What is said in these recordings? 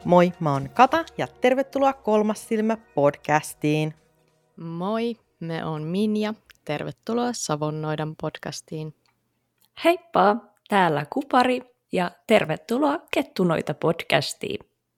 Moi, mä oon Kata ja tervetuloa Kolmas silmä podcastiin. Moi, me on Minja. Tervetuloa Savonnoidan podcastiin. Heippa, täällä Kupari ja tervetuloa Kettunoita podcastiin.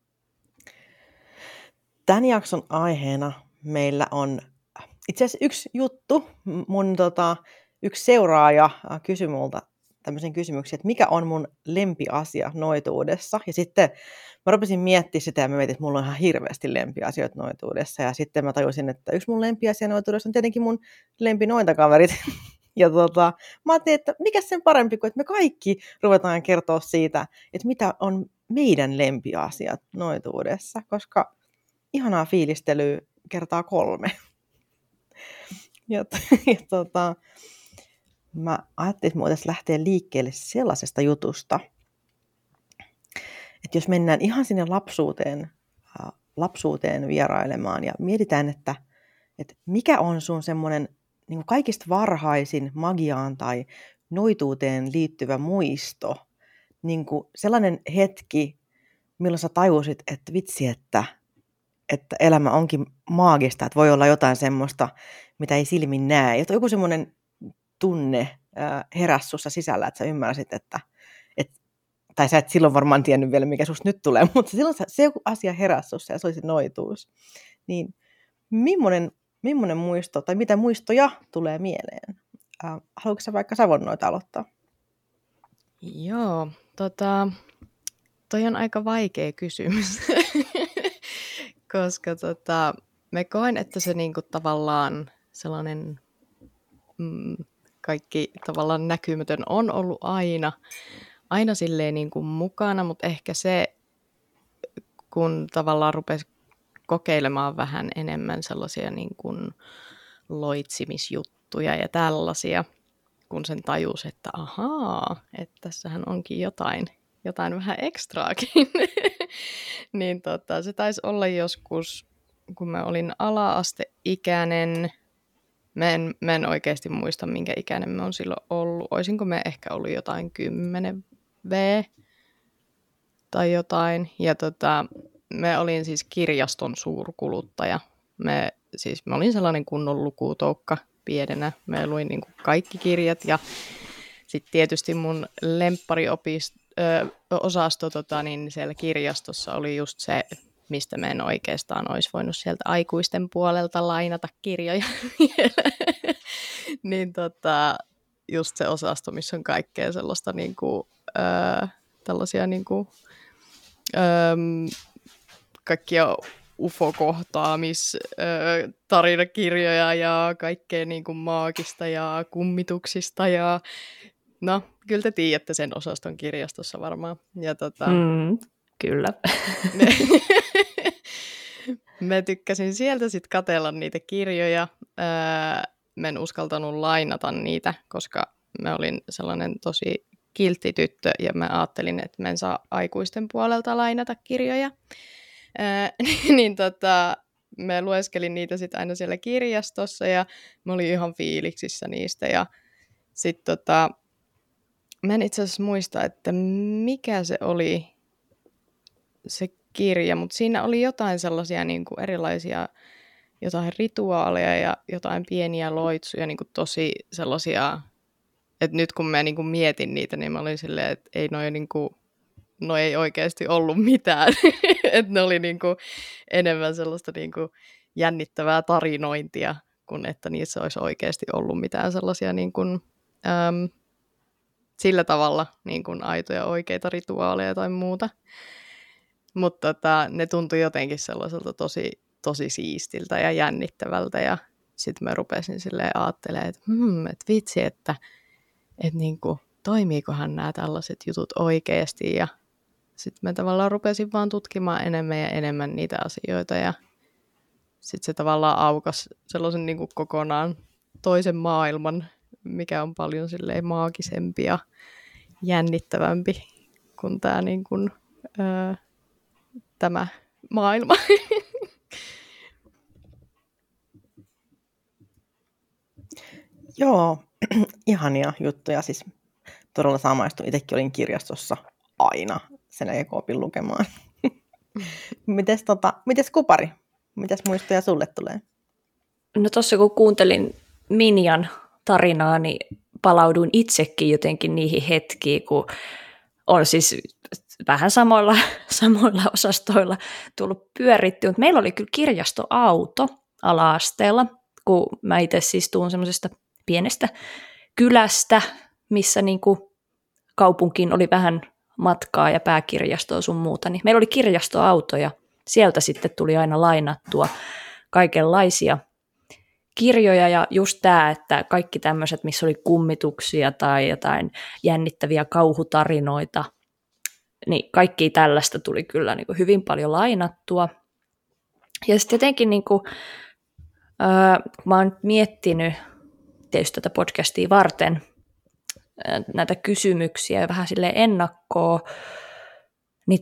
Tämän jakson aiheena meillä on itse asiassa yksi juttu. Mun yksi seuraaja kysyi multa tämmöisen kysymyksen, että mikä on mun lempiasia noituudessa. Ja sitten mä rupesin miettimään sitä ja mä mietin, että mulla on ihan hirveästi lempiasioita noituudessa. Ja sitten mä tajusin, että yksi mun lempiasia noituudessa on tietenkin mun lempinoitakaverit. Ja mä ajattelin, että mikä sen parempi kuin, että me kaikki ruvetaan kertoa siitä, että mitä on meidän lempiasiat noituudessa, koska ihanaa fiilistelyä kertaa 3. Mä ajattelin, että me voitaisiin lähteä liikkeelle sellaisesta jutusta, että jos mennään ihan sinne lapsuuteen vierailemaan ja mietitään, että mikä on sun semmoinen niin kuin kaikista varhaisin magiaan tai noituuteen liittyvä muisto, niin kuin sellainen hetki, milloin sä tajusit, että vitsi, että elämä onkin maagista, että voi olla jotain semmoista, mitä ei silmin näe. Joku semmoinen tunne heräsi sussa sisällä, että sä ymmärsit, tai sä et silloin varmaan tiennyt vielä, mikä susta nyt tulee, mutta silloin se joku asia heräsi sussa ja se oli se noituus. Niin millainen muisto, tai mitä muistoja tulee mieleen? Haluatko sä vaikka Savonnoita aloittaa? Joo, toi on aika vaikea kysymys, koska me koen, että se niinku tavallaan sellainen kaikki tavallaan näkymätön on ollut aina silleen niinku mukana, mutta ehkä se, kun tavallaan rupesi kokeilemaan vähän enemmän sellaisia niin kuin loitsimisjuttuja ja tällaisia, kun sen tajus, että ahaa, että tässähän onkin jotain vähän ekstraakin. Niin se taisi olla joskus, kun mä olin ala-asteikäinen. Mä en oikeasti muista, minkä ikäinen mä oon silloin ollut. Oisinko me ehkä ollut jotain 10V tai jotain. Ja mä olin siis kirjaston suurkuluttaja. Mä olin sellainen kunnon lukutoukka pienenä. Mä luin niin kuin kaikki kirjat ja sitten tietysti mun lemppariosasto niin siellä kirjastossa oli just se, mistä mä en oikeastaan olisi voinut sieltä aikuisten puolelta lainata kirjoja vielä. Niin just se osasto, missä on kaikkea sellaista niinku, tällaisia niinku, kaikkia UFO-kohtaamistarinakirjoja ja kaikkea niinku maagista ja kummituksista ja no, kyllä te tiedätte sen osaston kirjastossa varmaan. Ja kyllä. Mä tykkäsin sieltä sitten katsella niitä kirjoja. Mä en uskaltanut lainata niitä, koska mä olin sellainen tosi kiltti tyttö ja mä ajattelin, että mä en saa aikuisten puolelta lainata kirjoja. Niin mä lueskelin niitä sitten aina siellä kirjastossa ja mä olin ihan fiiliksissä niistä. Ja sitten mä en itse asiassa muista, että mikä se oli se kirja, mutta siinä oli jotain sellaisia niin kuin erilaisia jotain rituaaleja ja jotain pieniä loitsuja, niin kuin tosi sellaisia, että nyt kun mä niin kuin mietin niitä, niin mä olin silleen, että ei no ei oikeasti ollut mitään. Että ne oli niin kuin enemmän sellaista niin kuin jännittävää tarinointia, kuin että niissä olisi oikeasti ollut mitään sellaisia niin kuin, sillä tavalla niin kuin aitoja oikeita rituaaleja tai muuta. Mutta ne tuntui jotenkin sellaiselta tosi siistiltä ja jännittävältä. Ja sitten mä rupesin silleen ajattelemaan, että vitsi, että niinku, toimiikohan nämä tällaiset jutut oikeasti. Ja sitten mä tavallaan rupesin vaan tutkimaan enemmän ja enemmän niitä asioita. Ja sitten se tavallaan aukasi sellaisen niinku kokonaan toisen maailman, mikä on paljon silleen maagisempi ja jännittävämpi kuin tämä niinku, tämä maailma. Joo, ihania juttuja. Siis todella samaistuin. Itsekin olin kirjastossa aina sen jälkeen, kun opin lukemaan. Mites Kupari? Mitäs muistoja sulle tulee? No tuossa kun kuuntelin Minjan tarinaa, niin palauduin itsekin jotenkin niihin hetkiin, kun on siis vähän samoilla osastoilla tullut pyöritty. Mutta meillä oli kyllä kirjastoauto ala-asteella, kun mä itse siis tuun semmoisesta pienestä kylästä, missä niinku kaupunkiin oli vähän matkaa ja pääkirjastoa sun muuta. Niin meillä oli kirjastoauto ja sieltä sitten tuli aina lainattua kaikenlaisia kirjoja ja just tämä, että kaikki tämmöiset, missä oli kummituksia tai jotain jännittäviä kauhutarinoita, niin kaikki tällaista tuli kyllä niin kuin hyvin paljon lainattua. Ja sitten jotenkin, niin kuin, mä oon miettinyt tietysti tätä podcastia varten näitä kysymyksiä ja vähän silleen ennakkoa, niin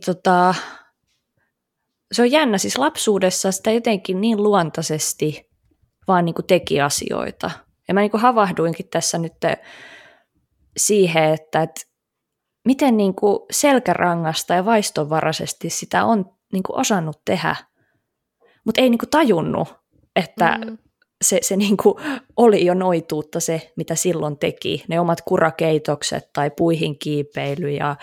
se on jännä, siis lapsuudessa sitä jotenkin niin luontaisesti vaan niin kuin teki asioita. Ja mä niin kuin havahduinkin tässä nyt siihen, että miten niin kuin selkärangasta ja vaistonvaraisesti sitä on niin kuin osannut tehdä, mutta ei niin kuin tajunnut, että se niin kuin oli jo noituutta se, mitä silloin teki. Ne omat kurakeitokset tai puihin kiipeily ja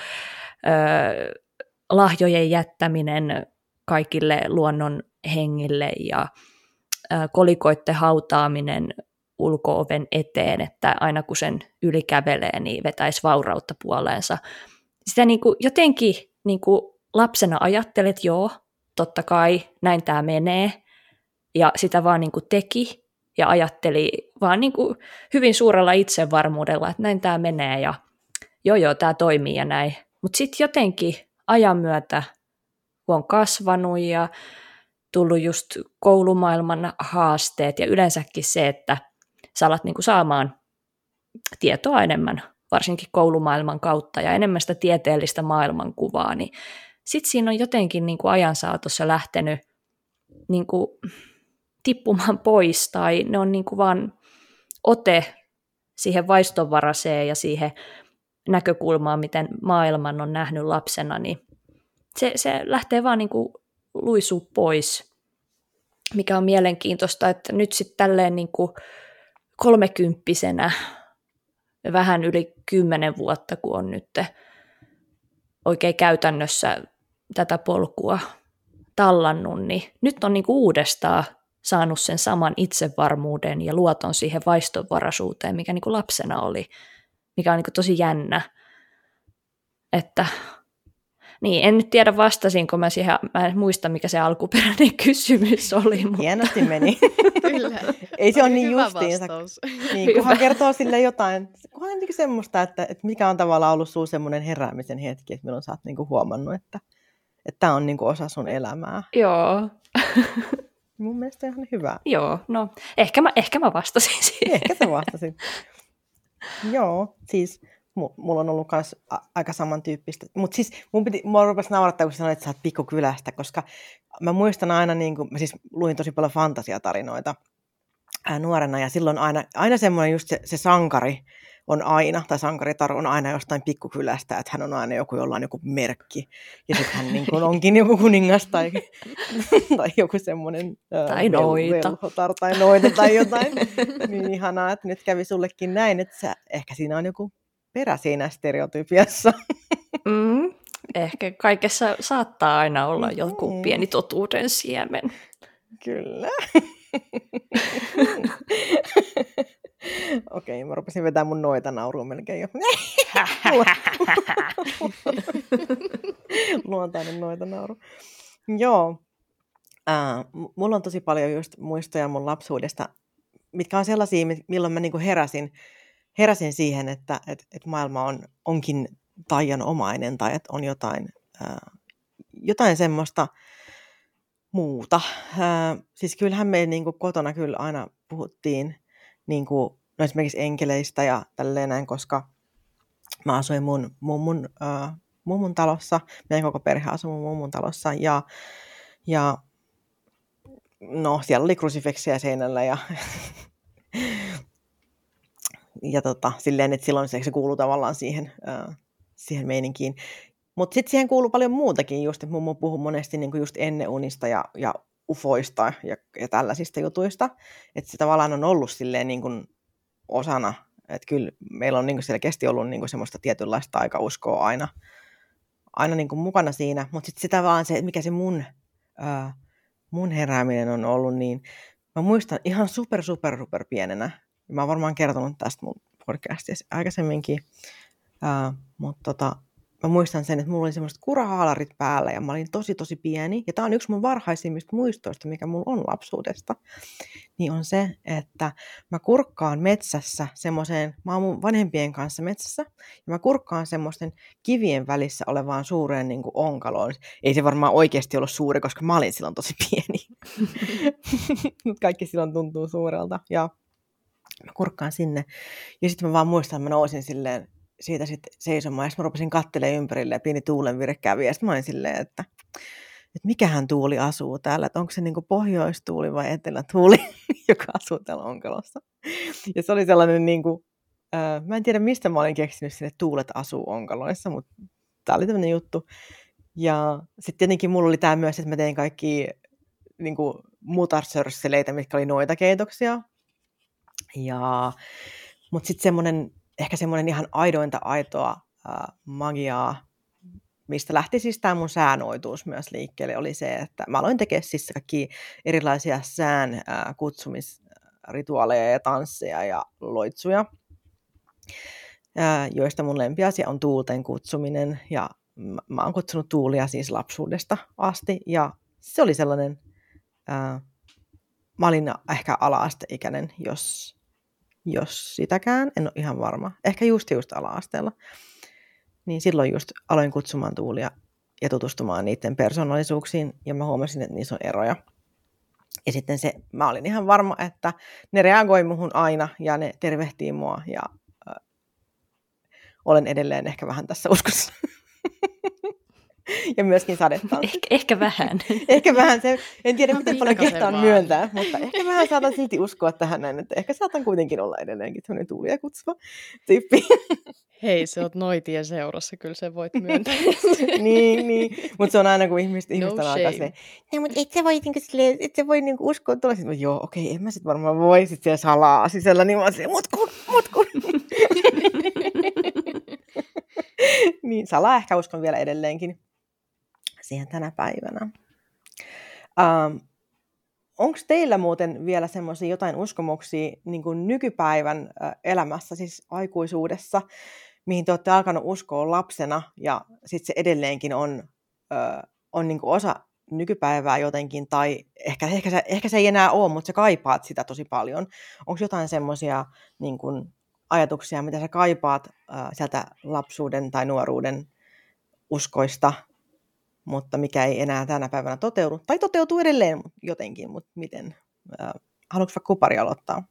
lahjojen jättäminen kaikille luonnon hengille ja kolikoitten hautaaminen ulko-oven eteen, että aina kun sen yli kävelee, niin vetäisi vaurautta puoleensa. Sitä niin kuin jotenkin niin kuin lapsena ajattelet, joo, totta kai näin tämä menee, ja sitä vaan niin kuin teki ja ajatteli vaan niin kuin hyvin suurella itsevarmuudella, että näin tämä menee ja joo, tämä toimii ja näin. Mutta sitten jotenkin ajan myötä, kun on kasvanut ja tullut just koulumaailman haasteet ja yleensäkin se, että sä alat niin kuin saamaan tietoa enemmän, varsinkin koulumaailman kautta ja enemmän sitä tieteellistä maailmankuvaa, niin sitten siinä on jotenkin niin kuin ajan saatossa lähtenyt niin kuin tippumaan pois tai ne on niin kuin vaan ote siihen vaistonvaraiseen ja siihen näkökulmaan, miten maailman on nähnyt lapsena, niin se lähtee vaan niin kuin luisuu pois, mikä on mielenkiintoista, että nyt sitten tälleen niin kuin 30-vuotiaana, vähän yli 10 vuotta, kun on nyt oikein käytännössä tätä polkua tallannut, niin nyt on niin kuin uudestaan saanut sen saman itsevarmuuden ja luoton siihen vaistonvaraisuuteen, mikä niin kuin lapsena oli, mikä on niin kuin tosi jännä, että niin, en nyt tiedä vastasinko mä siihen, mä en muista mikä se alkuperäinen kysymys oli. Mutta hienosti meni. Kyllä. Ei se ole niin hyvä justiinsa. vastaus. Niin, kunhan kertoo sille jotain, kunhan niin semmoista, että mikä on tavallaan ollut sun semmoinen heräämisen hetki, että milloin sä oot niin kuin huomannut, että tämä on niin kuin osa sun elämää. joo. Mun mielestä ihan hyvä. Joo, no ehkä mä vastasin siihen. Ehkä sä vastasit. Joo, siis mulla on ollut myös aika samantyyppistä. Mutta siis mua rupesi naurattaa, kun sanoit, että sä oot pikkukylästä, koska mä muistan aina, niin kun, mä siis luin tosi paljon fantasiatarinoita nuorena, ja silloin aina semmoinen just se sankari on aina, tai sankaritaru on aina jostain pikkukylästä, että hän on aina jolla on joku merkki, ja sitten hän niin kun onkin joku kuningas, tai joku semmoinen tai noita. Velhotar, tai noita, tai jotain. Niin ihanaa, että nyt kävi sullekin näin, että ehkä siinä on joku perä siinä stereotypiassa. Ehkä kaikessa saattaa aina olla joku pieni totuuden siemen. Kyllä. Okei, mä rupesin vetämään mun noita nauruun melkein jo. Luontainen noita nauru. Joo. Mulla on tosi paljon just muistoja mun lapsuudesta, mitkä on sellaisia, milloin mä niinku heräsin siihen, että maailma onkin taianomainen tai että on jotain semmoista muuta. Siis kyllähän me niin kuin kotona kyllä aina puhuttiin niin kuin, no esimerkiksi enkeleistä ja tälleen näin, koska mä asuin mun mummun talossa, meidän koko perhe asui mun mummun talossa ja no siellä oli krusifeksiä seinällä ja silleen, että silloin se kuuluu tavallaan siihen meininkiin. Mutta sitten siihen kuuluu paljon muutakin, just, että mummo puhuu monesti niin kuin just enneunista ja ufoista ja tällaisista jutuista. Että se tavallaan on ollut silleen niin kuin osana, että kyllä meillä on niin kuin selkeästi ollut niin kuin semmoista tietynlaista taikauskoa aina niin kuin mukana siinä. Mutta sitten sitä vaan se, mikä se mun herääminen on ollut, niin mä muistan ihan super pienenä. Mä oon varmaan kertonut tästä mun podcastissa aikaisemminkin, mutta mä muistan sen, että mulla oli semmoiset kurahaalarit päällä ja mä olin tosi pieni. Ja tää on yksi mun varhaisimmista muistoista, mikä mulla on lapsuudesta. Niin on se, että mä kurkkaan metsässä semmoiseen, mä oon mun vanhempien kanssa metsässä, ja mä kurkkaan semmoisten kivien välissä olevaan suureen niin kuin onkaloon. Ei se varmaan oikeasti ollut suuri, koska mä olin silloin tosi pieni. Kaikki silloin tuntuu suurelta. Ja mä kurkkaan sinne. Ja sitten mä vaan muistan, että mä nousin silleen siitä sitten seisomaan. Ja sitten mä rupesin katselemaan ympärille ja pieni tuulenvire kävi. Ja sitten mä olin silleen, että mikähän tuuli asuu täällä. Että onko se niinku pohjoistuuli vai etelätuuli, joka asuu täällä onkalossa. Ja se oli sellainen, niinku, mä en tiedä mistä mä olin keksinyt sinne, että tuulet asuu onkaloissa, mutta tää oli tämmöinen juttu. Ja sitten tietenkin mulla oli tää myös, että mä tein kaikki niinku mutarsörsseleitä, mitkä oli noita keitoksia. Mutta sitten ehkä semmoinen ihan aitoa magiaa, mistä lähti siis tämä mun säänoituus myös liikkeelle, oli se, että mä aloin tekemään siis kaikki erilaisia sään kutsumisrituaaleja ja tansseja ja loitsuja, joista mun lempiasia on tuulten kutsuminen. Ja mä oon kutsunut tuulia siis lapsuudesta asti, ja se oli sellainen, mä olin ehkä ala-asteikäinen, jos sitäkään, en ole ihan varma. Ehkä just ala-asteella. Niin silloin just aloin kutsumaan tuulia ja tutustumaan niiden persoonallisuuksiin, ja mä huomasin, että niissä on eroja. Ja sitten mä olin ihan varma, että ne reagoi muhun aina, ja ne tervehtii mua, ja olen edelleen ehkä vähän tässä uskossa. Ja myöskin sadetanssit. Ehkä vähän. Ehkä vähän. En tiedä, miten paljon kehtaan myöntää, mutta ehkä vähän saatan silti uskoa tähän näin, että ehkä saatan kuitenkin olla edelleenkin sellainen tuulia kutsuva tyyppi. Hei, sä oot noitien seurassa, kyllä sen voit myöntää. niin. Mutta se on aina, kun ihmiset on aika se, no, mutta et sä voi niinku uskoa tuolla. Sitten joo, okei, en mä sit varmaan voi. Sitten siellä salaa sisällä, niin mä oon silleen, mut kun. Niin, salaa ehkä uskon vielä edelleenkin siihen tänä päivänä. Onko teillä muuten vielä semmoisia jotain uskomuksia niin kuin nykypäivän elämässä, siis aikuisuudessa, mihin te olette alkanut uskoa lapsena, ja sitten se edelleenkin on niin kuin osa nykypäivää jotenkin, tai ehkä se ei enää ole, mutta sä kaipaat sitä tosi paljon. Onko jotain semmoisia niin kuin ajatuksia, mitä sä kaipaat sieltä lapsuuden tai nuoruuden uskoista, mutta mikä ei enää tänä päivänä toteudu, tai toteutuu edelleen jotenkin, mutta miten? Haluatko vaikka Kupari aloittaa?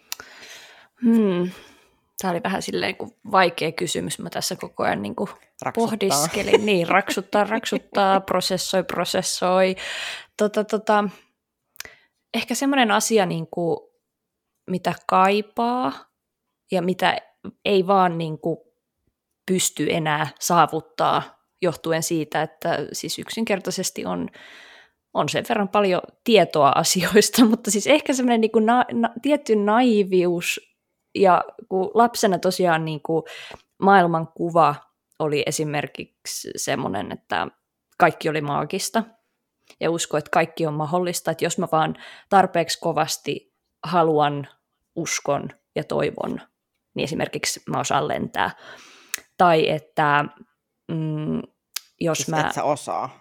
Tämä oli vähän silleen kuin vaikea kysymys. Mä tässä koko ajan niin kuin pohdiskelin. Niin, raksuttaa, prosessoi. Ehkä semmoinen asia, niin kuin, mitä kaipaa ja mitä ei vaan niin kuin pysty enää saavuttaa, johtuen siitä, että siis yksinkertaisesti on sen verran paljon tietoa asioista, mutta siis ehkä semmoinen niin kuin tietty naivius, ja kun lapsena tosiaan niin kuin maailmankuva oli esimerkiksi semmoinen, että kaikki oli maagista, ja usko, että kaikki on mahdollista, että jos mä vaan tarpeeksi kovasti haluan, uskon ja toivon, niin esimerkiksi mä osaan lentää. Tai että jos siis mä... et sä osaa.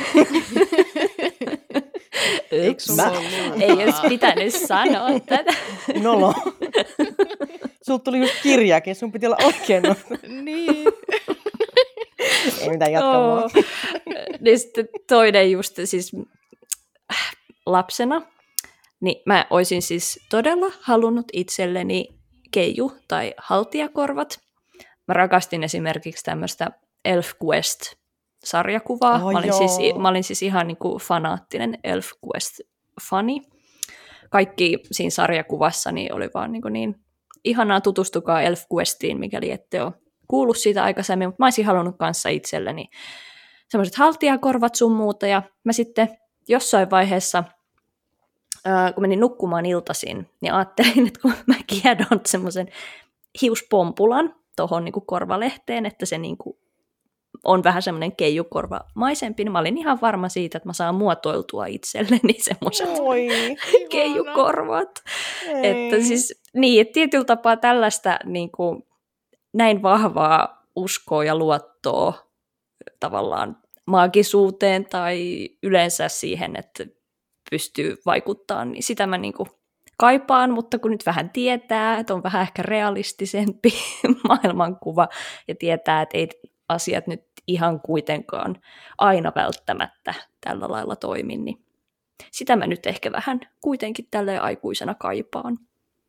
Ei olisi pitänyt sanoa tätä. Nolo. Sulta tuli just kirjakin, sun piti olla oikein. Niin. Ei mitään jatkamaan. Niin sitten toinen just siis lapsena, niin mä olisin siis todella halunnut itselleni keiju- tai haltijakorvat. Mä rakastin esimerkiksi tämmöistä ElfQuest-sarjakuvaa. Mä olin siis ihan niin kuin fanaattinen ElfQuest-fani. Kaikki siinä sarjakuvassa niin oli vaan niin ihanaa, tutustukaa ElfQuestiin, mikäli ette ole kuullut siitä aikaisemmin, mutta mä olisin halunnut kanssa itselleni semmoiset haltijakorvat sun muuta, ja mä sitten jossain vaiheessa, kun menin nukkumaan iltaisin, niin ajattelin, että kun mä kiedon semmoisen hiuspompulan tuohon niin korvalehteen, että se niin kuin on vähän semmoinen keijukorvamaisempi, niin mä olin ihan varma siitä, että mä saan muotoiltua itselleni semmoiset keijukorvat. Että siis, niin, että tietyllä tapaa tällaista niin kuin, näin vahvaa uskoa ja luottoa tavallaan maagisuuteen tai yleensä siihen, että pystyy vaikuttamaan, niin sitä mä niin kuin kaipaan, mutta kun nyt vähän tietää, että on vähän ehkä realistisempi maailmankuva ja tietää, että ei asiat nyt ihan kuitenkaan aina välttämättä tällä lailla toimi, niin sitä mä nyt ehkä vähän kuitenkin tälleen aikuisena kaipaan.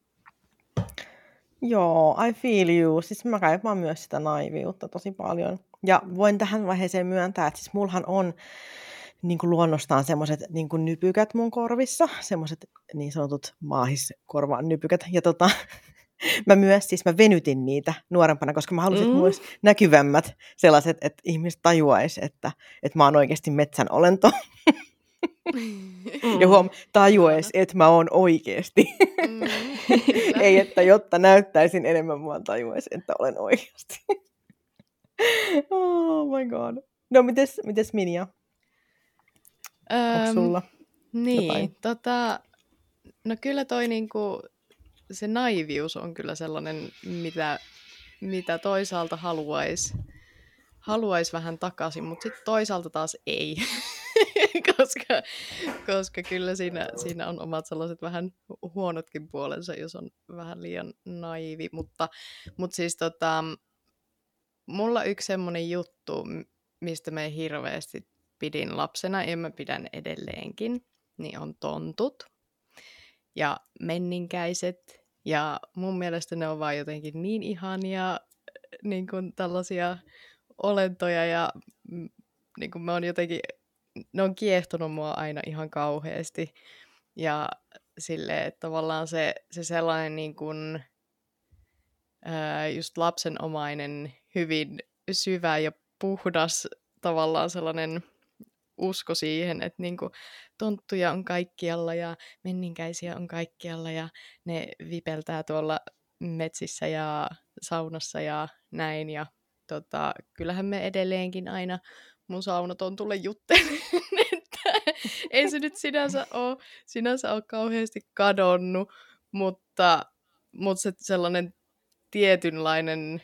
Joo, I feel you. Siis mä kaipaan myös sitä naiviutta tosi paljon. Ja voin tähän vaiheeseen myöntää, että siis mullahan on niin kuin luonnostaan semmoiset niin kuin nypykät mun korvissa, semmoiset niin sanotut maahiskorvan nypykät. Ja mä venytin niitä nuorempana, koska mä halusin, että mulla olisi näkyvämmät sellaiset, että ihmiset tajuaisi, että mä oon oikeasti metsän olento. Ja tajuaisi, että mä oon oikeasti. Ei, että jotta näyttäisin enemmän, vaan tajuaisi, että olen oikeasti. Oh my god. No, mites Minja? Onko sulla niin, no kyllä toi niinku, se naivius on kyllä sellainen, mitä toisaalta haluaisi vähän takaisin, mutta sitten toisaalta taas ei, koska kyllä siinä on omat sellaiset vähän huonotkin puolensa, jos on vähän liian naivi, mutta siis mulla yksi semmoinen juttu, mistä me hirveästi pidin lapsena, ja mä pidän edelleenkin, niin on tontut ja menninkäiset. Ja mun mielestä ne on vaan jotenkin niin ihania niin kuin tällaisia olentoja, ja niin kuin ne on kiehtonut mua aina ihan kauheasti. Ja silleen, että tavallaan se sellainen niin kuin, just lapsenomainen, hyvin syvä ja puhdas tavallaan sellainen usko siihen, että niinku tonttuja on kaikkialla ja menninkäisiä on kaikkialla ja ne vipeltää tuolla metsissä ja saunassa ja näin. Ja kyllähän me edelleenkin aina mun saunatontulle juttelen, että ei se nyt sinänsä ole kauheasti kadonnut, mutta se sellainen tietynlainen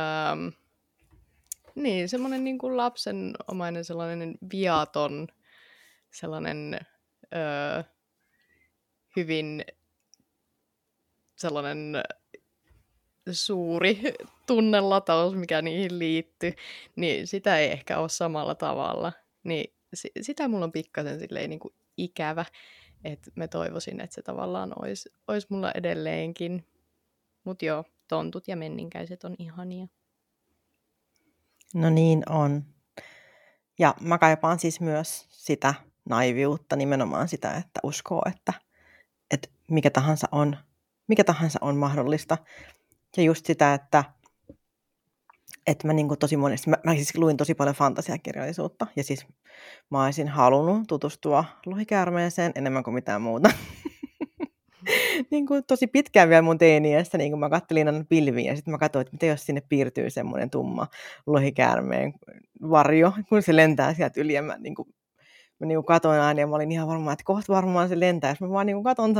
niin, semmoinen niin kuin lapsenomainen, sellainen viaton, sellainen hyvin sellainen suuri tunnelataus, mikä niihin liittyy, niin sitä ei ehkä ole samalla tavalla. Niin sitä mulla on pikkasen silleen niin kuin ikävä, että mä toivoisin, että se tavallaan olisi mulla edelleenkin. Mut joo, tontut ja menninkäiset on ihania. No niin on. Ja mä kaipaan siis myös sitä naiviutta, nimenomaan sitä, että uskoo, että mikä tahansa on mahdollista. Ja just sitä, että mä niin kuin tosi monesti, mä siis luin tosi paljon fantasiakirjallisuutta, ja siis mä olisin halunnut tutustua lohikäärmeeseen enemmän kuin mitään muuta. Niin kuin tosi pitkään vielä mun teiniässä, niin kuin mä kattelin aina pilviä, ja sitten mä katsoin, että mitä jos sinne piirtyy semmoinen tumma lohikäärmeen varjo, kun se lentää sieltä yli, ja mä katoin aina, ja mä olin ihan varma, että kohta varmaan se lentää, jos mä vaan niin kuin katon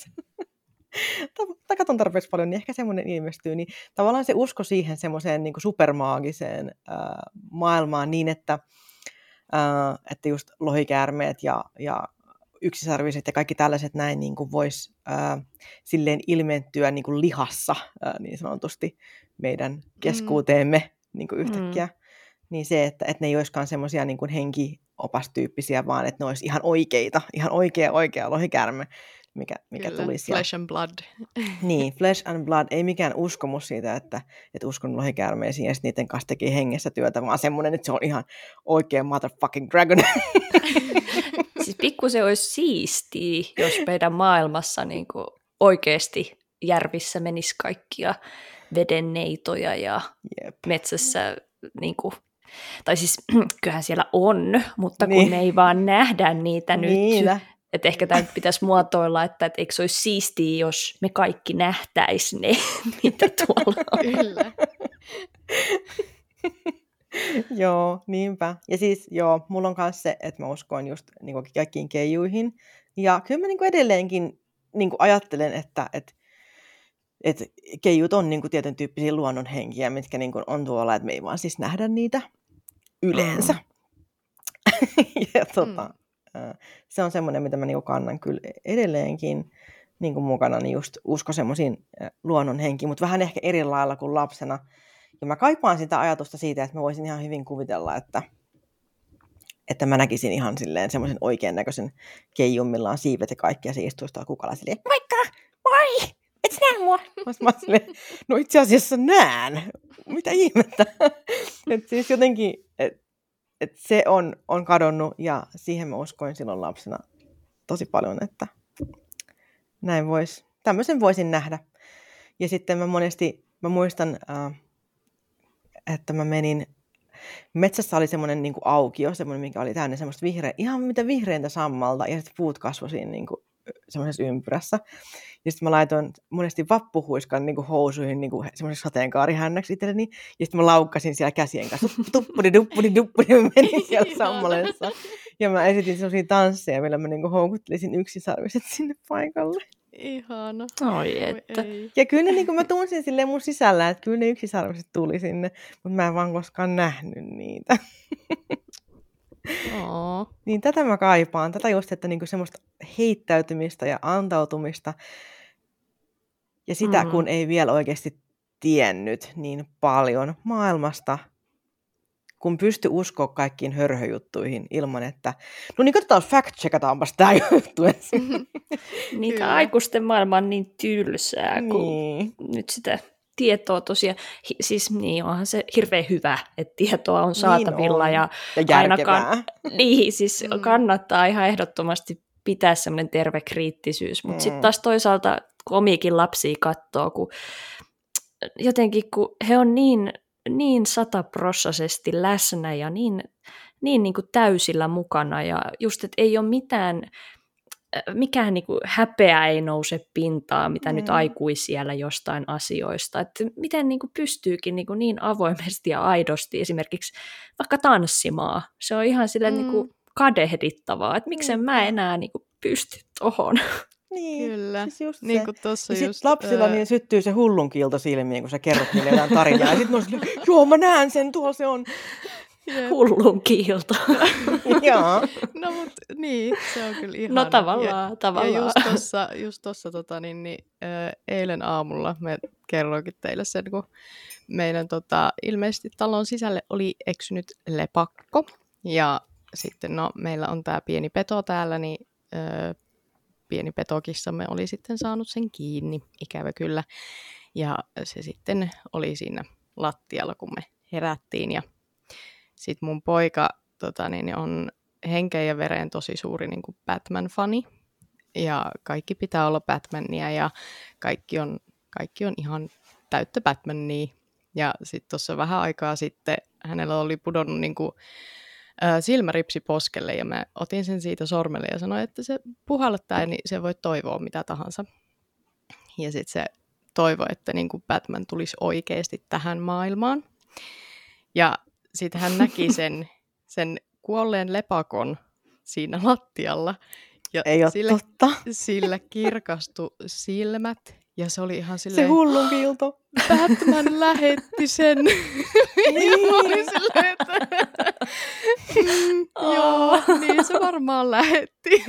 tarpeeksi paljon, niin ehkä semmoinen ilmestyy, niin tavallaan se usko siihen semmoiseen niin kuin supermaagiseen maailmaan niin, että just lohikäärmeet ja yksisarviset ja kaikki tällaiset näin niin kuin vois silleen ilmentyä niin kuin lihassa niin sanotusti meidän keskuuteemme niin kuin yhtäkkiä. Niin se, että ne ei olisikaan semmoisia niin kuin henkiopastyyppisiä, vaan että ne olisi ihan oikeita, ihan oikea lohikäärme, mikä tuli sieltä. Flesh and blood. Niin, flesh and blood. Ei mikään uskomus siitä, että uskon lohikäärmeisiin ja niiden kanssa tekee hengessä työtä, vaan semmoinen, että se on ihan oikea motherfucking dragon. Siis pikkusen olisi siistiä, jos meidän maailmassa niin kuin oikeasti järvissä menisi kaikkia vedenneitoja ja Jep. metsässä, niin kuin, tai siis kyllähän siellä on, mutta kun Niin. me ei vaan nähdä niitä nyt. Niitä. Että ehkä tämä pitäisi muotoilla, että eikö se olisi siistiä, jos me kaikki nähtäisiin ne, mitä tuolla on. Kyllä. Joo, niinpä. Ja siis joo, mulla on myös se, että mä uskon just niin kuin kaikkiin keijuihin. Ja kyllä mä niin kuin edelleenkin niin kuin ajattelen, että keijut on niin kuin tietyn tyyppisiä luonnonhenkiä, mitkä niin kuin on tuolla, että me ei vaan siis nähdä niitä yleensä. Ja se on semmoinen, mitä mä niin kuin kannan kyllä edelleenkin niin kuin mukana, niin just usko semmoisiin luonnonhenkiin, mutta vähän ehkä eri lailla kuin lapsena. Ja mä kaipaan sitä ajatusta siitä, että mä voisin ihan hyvin kuvitella, että mä näkisin ihan silleen semmoisen oikean näköisen keijun, millä on siivet ja kaikki, ja se istuisi tuolla kukalla silleen, moikka, moi, et sä näe mua? Mä silleen, no itse asiassa näen, mitä ihmettä. Että siis jotenkin, että se on kadonnut, ja siihen mä uskoin silloin lapsena tosi paljon, että tämmöisen voisin nähdä. Ja sitten mä muistan, että mä menin, metsässä oli semmoinen niin kuin aukio, semmoinen, mikä oli täynnä semmoista ihan mitä vihreintä sammalta, ja sitten puut kasvoi siinä niin kuin semmoisessa ympyrässä. Ja sitten mä laitoin monesti vappuhuiskan niin kuin housuihin niin kuin semmoiseksi sateenkaarihännäksi itselleni, ja sitten mä laukkasin siellä käsien kanssa, tuppudi, mä menin siellä sammaleessa. Ja mä esitin semmoisia tansseja, millä mä niin kuin houkuttelisin yksisarviset sinne paikalle. Ihana. Oi että. Ja kyllä ne, niin kuin mä tunsin silleen mun sisällä, että kyllä ne yksisarviset tuli sinne, mutta mä en vaan koskaan nähnyt niitä. Niin tätä mä kaipaan. Tätä just, että niinku semmoista heittäytymistä ja antautumista. Ja sitä, kun ei vielä oikeasti tiennyt niin paljon maailmasta, kun pysty uskoa kaikkiin hörhöjuttuihin ilman, että no niin katsotaan, fact-checkataanpas tämä juttu. Niitä aikuisten maailma on niin tylsää, kun nyt sitä tietoa tosiaan, siis niin onhan se hirveän hyvä, että tietoa on saatavilla niin on. ja järkevää. Niin, siis kannattaa ihan ehdottomasti pitää semmoinen terve kriittisyys, mutta sitten taas toisaalta, kun omiakin lapsia katsoo, kun jotenkin kun he on niin 100% läsnä ja niin kuin täysillä mukana ja just, että ei ole mikään niin kuin häpeä ei nouse pintaan, mitä nyt aikuisiellä jostain asioista. Että miten niin kuin pystyykin niin avoimesti ja aidosti esimerkiksi vaikka tanssimaan. Se on ihan silleen niin kuin kadehdittavaa, että miksen mä enää niin kuin pysty tohon. Niin, kyllä. Siis just niin se. kuin tossa ja sit just, lapsilla niin syttyy se hullun kiilto silmiin, kun sä kerrot niille jotain tarinaa. Ja sit mä oon silleen, joo mä näen sen, tuolla se on. Hullun kiilto. Joo. No mut niin, se on kyllä ihana. No tavallaan. Ja just tossa eilen aamulla me kerroinkin teille sen, kun meidän ilmeisesti talon sisälle oli eksynyt lepakko. Ja sitten meillä on tää pieni peto täällä, niin pieni petokissamme oli sitten saanut sen kiinni, ikävä kyllä. Ja se sitten oli siinä lattialla, kun me herättiin. Ja sitten mun poika on henkeen ja vereen tosi suuri niin kuin Batman-fani. Ja kaikki pitää olla Batmania ja kaikki on ihan täyttä Batmania. Ja sitten tuossa vähän aikaa sitten hänellä oli pudonnut niin kuin silmäripsi poskelle ja mä otin sen siitä sormelle ja sanoin, että se puhallettaa, niin se voi toivoa mitä tahansa. Ja sitten se toivoi, että niin kuin Batman tulisi oikeasti tähän maailmaan. Ja sitten hän näki sen kuolleen lepakon siinä lattialla. Ja ei ole totta. Sillä kirkastui silmät ja se oli ihan silleen... Se hullun kiilto. Batman lähetti sen. Ja mä olin silleen, että... joo, niin se varmaan lähetti.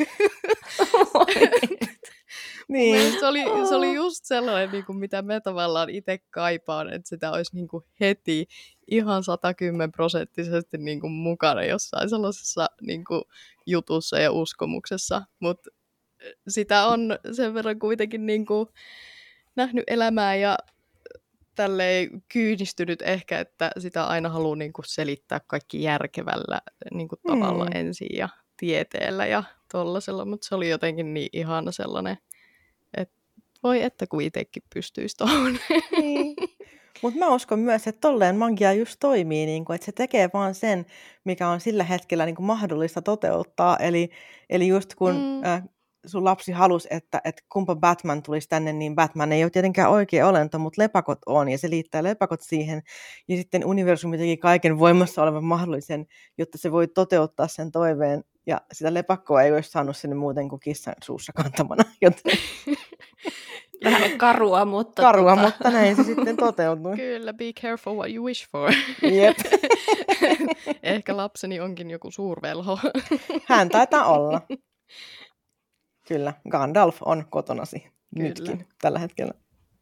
Niin. Se oli just sellainen, niin kuin mitä me tavallaan itse kaipaan, että sitä olisi niin kuin heti ihan 110% niin kuin mukana jossain sellaisessa niin kuin jutussa ja uskomuksessa, mutta sitä on sen verran kuitenkin niin kuin nähnyt elämää ja tälleen kyynistynyt ehkä, että sitä aina haluaa niin kuin selittää kaikki järkevällä niin kuin tavalla ensin ja tieteellä ja tollasella, mutta se oli jotenkin niin ihana sellainen, että Voi että kun itsekin pystyisi tuohon. Niin. Mutta mä uskon myös, että tolleen magia just toimii, niin kun, että se tekee vaan sen, mikä on sillä hetkellä niin kun mahdollista toteuttaa. Eli just kun sun lapsi halusi, että kumpa Batman tulisi tänne, niin Batman ei ole tietenkään oikea olento, mutta lepakot on, ja se liittää lepakot siihen. Ja sitten universumi teki kaiken voimassa olevan mahdollisen, jotta se voi toteuttaa sen toiveen. Ja sitä lepakkoa ei olisi saanut sinne muuten kuin kissan suussa kantamana. Joten... Vähän karua, mutta... mutta näin se sitten toteutui. Kyllä, be careful what you wish for. Jep. Ehkä lapseni onkin joku suurvelho. Hän taitaa olla. Kyllä, Gandalf on kotonasi nytkin tällä hetkellä.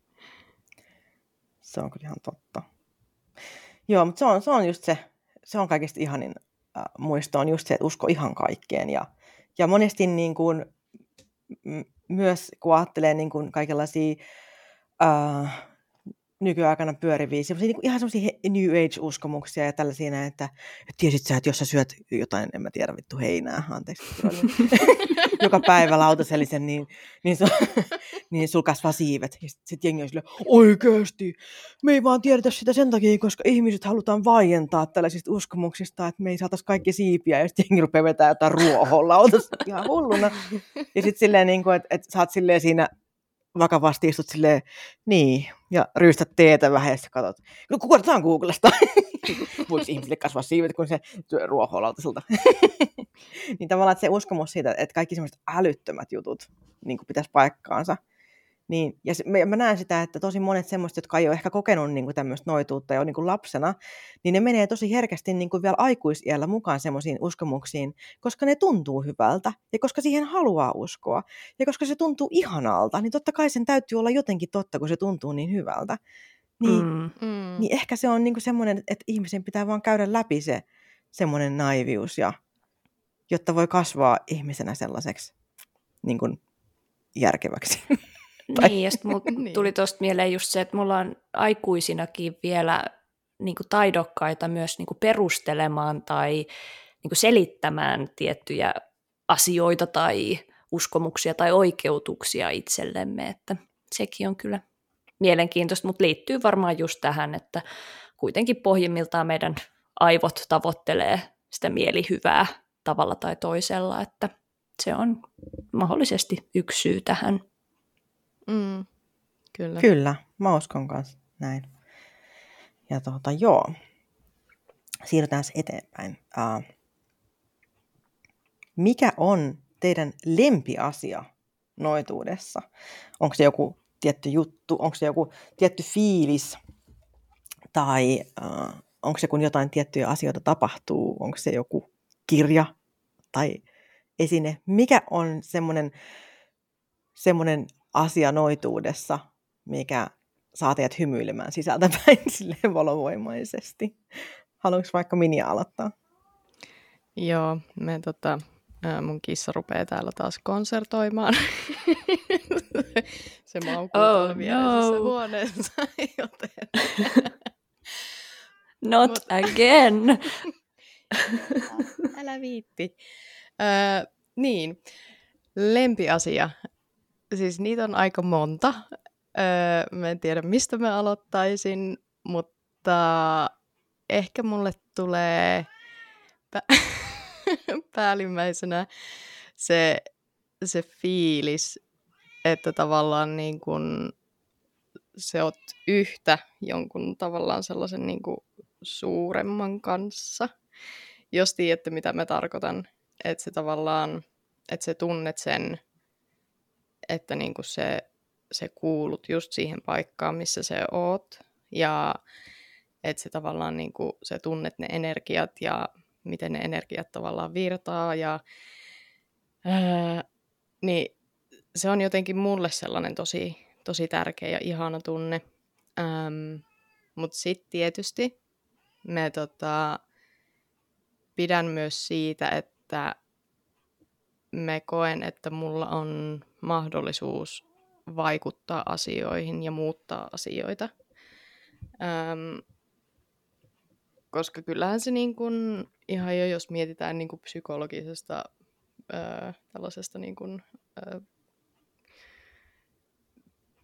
Se on kyllä ihan totta. Joo, mutta se on just se on kaikista ihanin muisto on just se, että usko ihan kaikkeen. Ja monesti niin kuin, myös kun ajattelee niin kuin kaikenlaisia nykyaikana pyöriviä, niin kuin ihan semmoisia New Age-uskomuksia ja tällaisia, että tiesit sä, että jos sä syöt jotain, en mä tiedä, vittu heinää, anteeksi, joka päivä lautasellisen, niin sul kasvaa siivet. Ja sitten jengi on silleen, oikeasti, me ei vaan tiedetä sitä sen takia, koska ihmiset halutaan vaientaa tällaisista uskomuksista, että me ei saataisi kaikki siipiä, ja sitten jengi rupeaa vetämään jotain ruohoa lautasella ihan hulluna. Ja sitten silleen, niin että sä oot silleen siinä, vakavasti istut silleen, niin, ja ryystät teetä vähän ja sitten katsot, no kukataan Googlesta. Voiko ihmisille kasvaa siivet, kun se syö ruohoa lautaselta? Niin tavallaan että se uskomus siitä, että kaikki semmoiset älyttömät jutut niin pitäisi paikkaansa. Niin, ja mä näen sitä, että tosi monet semmoiset, jotka ei ole ehkä kokenut niin tämmöistä noituutta jo niin lapsena, niin ne menee tosi herkästi niin vielä aikuisiällä mukaan semmoisiin uskomuksiin, koska ne tuntuu hyvältä ja koska siihen haluaa uskoa ja koska se tuntuu ihanalta, niin totta kai sen täytyy olla jotenkin totta, kun se tuntuu niin hyvältä. Niin ehkä se on niin semmoinen, että ihmisen pitää vaan käydä läpi se semmoinen naivius, jotta voi kasvaa ihmisenä sellaiseksi niin kuin järkeväksi. Niin, ja sitten mulla tuli tuosta mieleen just se, että mulla on aikuisinakin vielä niin kuin taidokkaita myös niin kuin perustelemaan tai niin kuin selittämään tiettyjä asioita tai uskomuksia tai oikeutuksia itsellemme, että sekin on kyllä mielenkiintoista, mutta liittyy varmaan just tähän, että kuitenkin pohjimmiltaan meidän aivot tavoittelee sitä mielihyvää tavalla tai toisella, että se on mahdollisesti yksi syy tähän. Kyllä, mä uskon kanssa näin. Ja joo, siirrytään eteenpäin. Mikä on teidän lempiasia noituudessa? Onko se joku tietty juttu, onko se joku tietty fiilis, tai onko se kun jotain tiettyjä asioita tapahtuu, onko se joku kirja tai esine? Mikä on semmoinen asia noituudessa, mikä saa teidät hymyilemään sisältäpäin silleen valovoimaisesti? Haluatko vaikka Minja aloittaa? Joo, mun kissa rupeaa täällä taas konsertoimaan. Se maukuu viereisessä huoneessa, joten... Not again! Älä viitti. Niin, lempiasia. Siis niitä on aika monta. Mä en tiedä, mistä mä aloittaisin, mutta ehkä mulle tulee päällimmäisenä se fiilis, että tavallaan niin kun se oot yhtä jonkun tavallaan sellaisen niin kun suuremman kanssa. Jos tiedätte, mitä mä tarkoitan, että se tavallaan, että sä tunnet sen, että niin kun se kuulut just siihen paikkaan, missä sä oot, ja että se tavallaan niin kun sä tunnet ne energiat ja miten ne energiat tavallaan virtaa, ja niin se on jotenkin mulle sellainen tosi tärkeä ja ihana tunne. Mutta sitten tietysti me pidän myös siitä, että me koen, että mulla on mahdollisuus vaikuttaa asioihin ja muuttaa asioita. Koska kyllähän se niin kun, ihan jo, jos mietitään niin kun psykologisesta tällaisesta niin kun,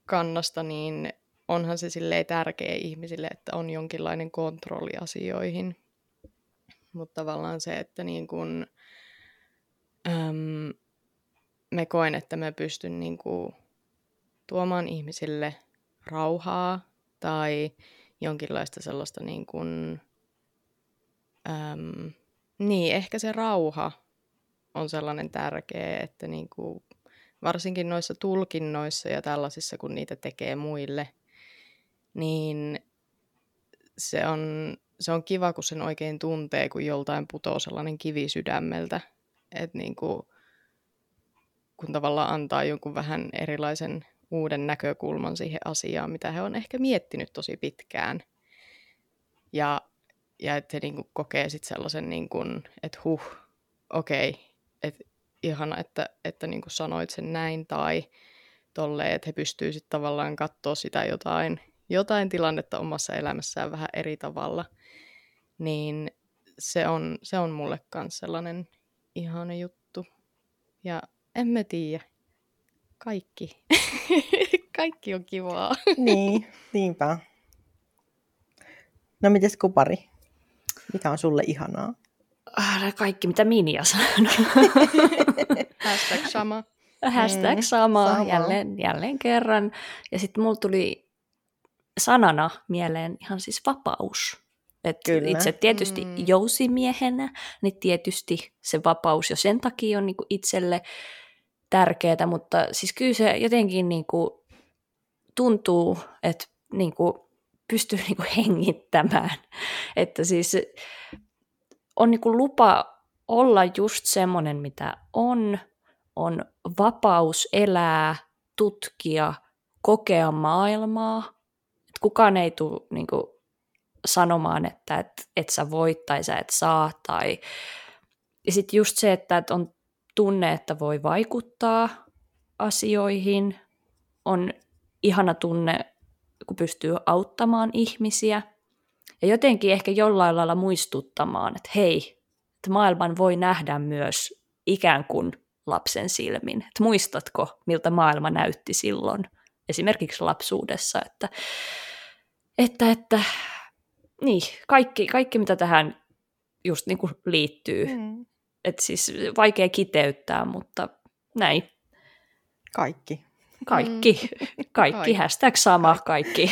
kannasta, niin onhan se silleen tärkeä ihmisille, että on jonkinlainen kontrolli asioihin. Mutta tavallaan se, että niin kun, me koen, että mä pystyn niin kun tuomaan ihmisille rauhaa tai jonkinlaista sellaista niin kun, niin ehkä se rauha on sellainen tärkeä, että niin kun, varsinkin noissa tulkinnoissa ja tällaisissa, kun niitä tekee muille, niin se on kiva, kun sen oikein tuntee, kun joltain putoo sellainen kivi sydämeltä, että niin kun tavallaan antaa jonkun vähän erilaisen uuden näkökulman siihen asiaan, mitä he on ehkä miettinyt tosi pitkään. Ja että he niin kuin kokee sitten sellaisen, niin kuin, että okei, että ihana, että niin kuin sanoit sen näin tai tolleen, että he pystyvät sitten tavallaan katsoa sitä jotain tilannetta omassa elämässään vähän eri tavalla. Niin se on mulle kans sellainen ihana juttu. Ja en mä tiedä. Kaikki on kivaa. Niin, niinpä. No mites kupari? Mikä on sulle ihanaa? Kaikki, mitä Minja sanoi. Hashtag sama. Hashtag sama. Jälleen kerran. Ja sitten mulla tuli sanana mieleen ihan siis vapaus. Itse tietysti jousimiehenä, niin tietysti se vapaus jo sen takia on niinku itselle tärkeää, mutta siis kyllä se jotenkin niinku tuntuu, että niinku pystyy niinku hengittämään. Että siis on niinku lupa olla just semmoinen, mitä on vapaus elää, tutkia, kokea maailmaa. Et kukaan ei tule niinku sanomaan, että et sä voit tai sä et saa. Ja sitten just se, että on tunne, että voi vaikuttaa asioihin, on ihana tunne, kun pystyy auttamaan ihmisiä. Ja jotenkin ehkä jollain lailla muistuttamaan, että hei, että maailman voi nähdä myös ikään kuin lapsen silmin. Että muistatko, miltä maailma näytti silloin, esimerkiksi lapsuudessa, että niin, kaikki mitä tähän just niin kuin liittyy. Että siis vaikea kiteyttää, mutta näin. Kaikki. Kaikki. Hashtag sama, kaikki.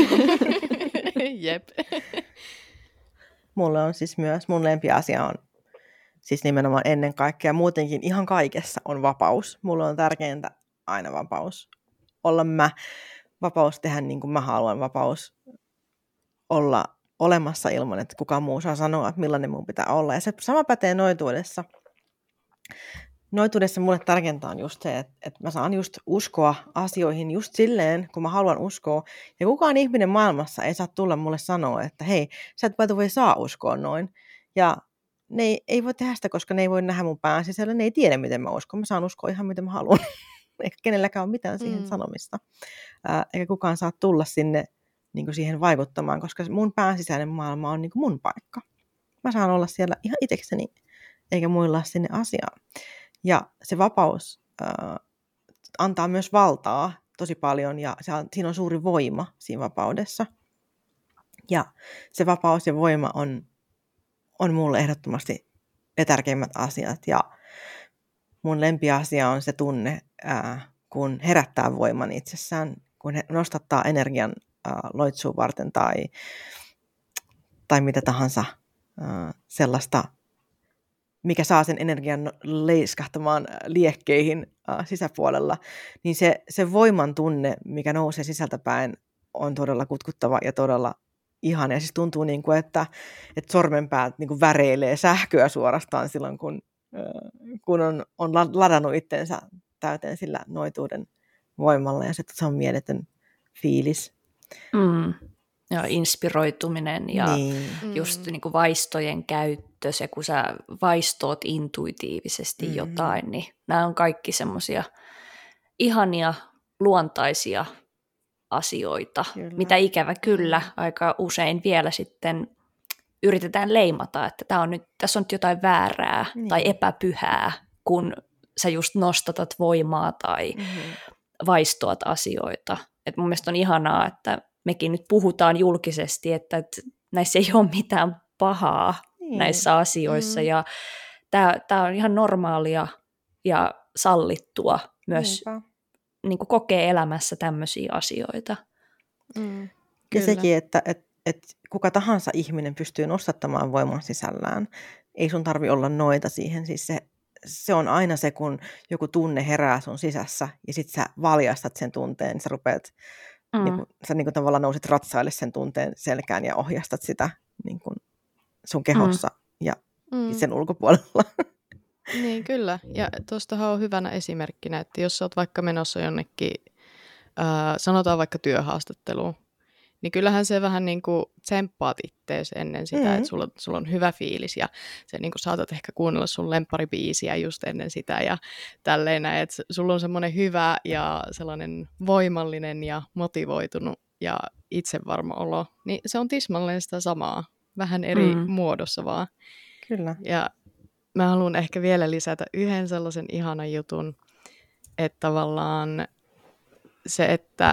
Jep. Mulle on siis myös, mun lempiasia on siis nimenomaan ennen kaikkea, muutenkin ihan kaikessa on vapaus. Mulle on tärkeintä aina vapaus. Olla mä, vapaus tehdä niin kuin mä haluan, vapaus olla olemassa ilman, että kukaan muu saa sanoa, että millainen mun pitää olla. Ja se sama pätee noituudessa. Noituudessa mulle tärkeintä on just se, että mä saan just uskoa asioihin just silleen, kun mä haluan uskoa. Ja kukaan ihminen maailmassa ei saa tulla mulle sanoa, että hei, sä et voi saa uskoa noin. Ja ne ei voi tehdä sitä, koska ne ei voi nähdä mun pään sisällä, ne ei tiedä, miten mä uskon. Mä saan uskoa ihan, miten mä haluan. Eikä kenelläkään ole mitään siihen sanomista. Eikä kukaan saa tulla sinne niin kuin siihen vaikuttamaan, koska mun pään sisäinen maailma on niin kuin mun paikka. Mä saan olla siellä ihan itsekseni, eikä muilla sinne asiaan. Ja se vapaus antaa myös valtaa tosi paljon, ja siinä on suuri voima siinä vapaudessa. Ja se vapaus ja voima on mulle ehdottomasti ne tärkeimmät asiat. Ja mun lempiasia on se tunne, kun herättää voiman itsessään, kun nostattaa energian loitsuun varten tai mitä tahansa sellaista, mikä saa sen energian leiskahtamaan liekkeihin sisäpuolella, niin se voiman tunne, mikä nousee sisältäpäin, on todella kutkuttava ja todella ihana. Ja siis tuntuu, niin kuin, että sormenpäät niin kuin väreilee sähköä suorastaan silloin, kun on ladannut itsensä täyteen sillä noituuden voimalla. Ja se on mieletön fiilis. Ja inspiroituminen ja just niin kuin vaistojen käyttö, se kun sä vaistoot intuitiivisesti jotain, niin nämä on kaikki semmoisia ihania, luontaisia asioita, mitä ikävä kyllä aika usein vielä sitten yritetään leimata, että tässä on nyt jotain väärää tai epäpyhää, kun sä just nostatat voimaa tai vaistoat asioita. mun mielestä on ihanaa, että mekin nyt puhutaan julkisesti, että näissä ei ole mitään pahaa näissä asioissa, ja tämä on ihan normaalia ja sallittua myös niin kuin kokee elämässä tämmöisiä asioita. Ja sekin, että kuka tahansa ihminen pystyy nostattamaan voiman sisällään. Ei sun tarvi olla noita siihen. Siis se on aina se, kun joku tunne herää sun sisässä ja sit sä valjastat sen tunteen, niin sä rupeat, sä niin kuin tavallaan nouset ratsaille sen tunteen selkään ja ohjastat sitä niin kuin sun kehossa ja sen ulkopuolella. Niin, kyllä. Ja tuostahan on hyvänä esimerkkinä, että jos sä oot vaikka menossa jonnekin, sanotaan vaikka työhaastatteluun, niin kyllähän se vähän niin kuin tsemppaat ittees ennen sitä, että sulla on hyvä fiilis ja sä niin kuin saatat ehkä kuunnella sun lempparibiisiä just ennen sitä ja tälleen näin, että sulla on semmoinen hyvä ja sellainen voimallinen ja motivoitunut ja itsevarma olo, niin se on tismalleen sitä samaa, vähän eri muodossa vaan. Kyllä. Ja mä haluan ehkä vielä lisätä yhden sellaisen ihanan jutun, että tavallaan se, että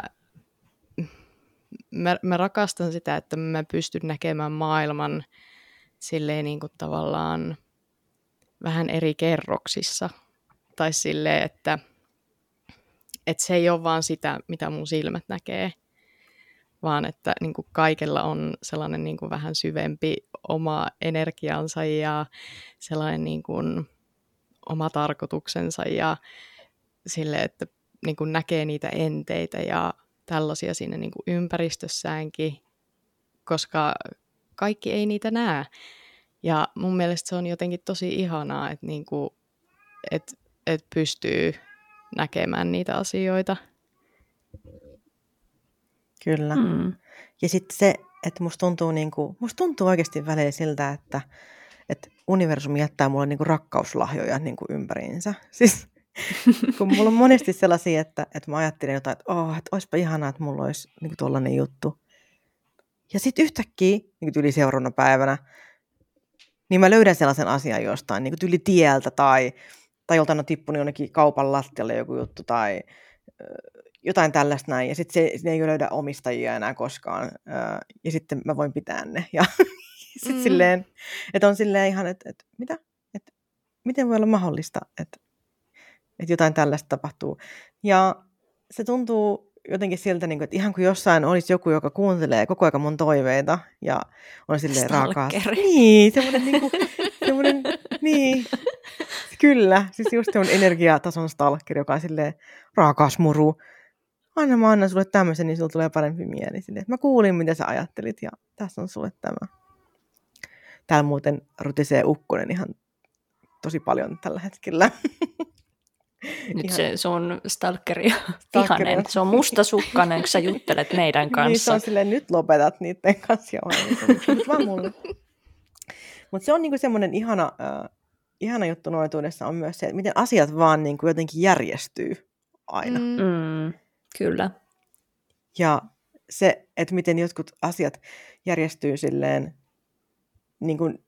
mä rakastan sitä, että mä pystyn näkemään maailman silleen niin kuin tavallaan vähän eri kerroksissa. Tai silleen, että se ei ole vaan sitä, mitä mun silmät näkee, vaan että niin kuin kaikella on sellainen niin kuin vähän syvempi oma energiansa ja sellainen niin kuin oma tarkoituksensa ja silleen, että niin kuin näkee niitä enteitä ja tällaisia siinä niin kuin ympäristössäänkin, koska kaikki ei niitä näe. Ja mun mielestä se on jotenkin tosi ihanaa, että, niin kuin, että pystyy näkemään niitä asioita. Kyllä. Ja sitten se, että musta tuntuu oikeasti välillä siltä, että universumi jättää mulle niin kuin rakkauslahjoja niin kuin ympäriinsä. Siis kun mulla on monesti sellaisia, että mä ajattelen jotain, että olisipa ihanaa, että mulla olisi niin kuin tollainen juttu. Ja sitten yhtäkkiä, niin kuin yli seuraavana päivänä, niin mä löydän sellaisen asian jostain, niin kuin yli tieltä tai joltain on tippunut jonnekin kaupan lattialle joku juttu tai jotain tällaista näin. Ja sitten se ei löydä omistajia enää koskaan. Ja sitten mä voin pitää ne. Ja sitten silleen, että on silleen ihan, että mitä? Että miten voi olla mahdollista, että jotain tällaista tapahtuu. Ja se tuntuu jotenkin siltä, että ihan kuin jossain olisi joku, joka kuuntelee koko ajan mun toiveita ja on silleen raakaa. Niin, semmoinen, niin, kyllä. Siis just semmoinen energiatason stalkeri, joka on silleen raakas muru. Mä annan sulle tämmöisen, niin sulla tulee parempi mieli. Silleen, mä kuulin, mitä sä ajattelit ja tässä on sulle tämä. Täällä muuten rutisee ukkonen ihan tosi paljon tällä hetkellä. Nyt se on stalkeri vihanen. Se on mustasukkainen, kun sä juttelet meidän kanssa. Niin se on silleen, nyt lopetat niiden kanssa. Nyt vaan mulle. Mutta se on niinku semmoinen ihana juttu noituudessa on myös se, että miten asiat vaan niinku jotenkin järjestyy aina. Kyllä. Ja se, että miten jotkut asiat järjestyy silleen, niin kuin,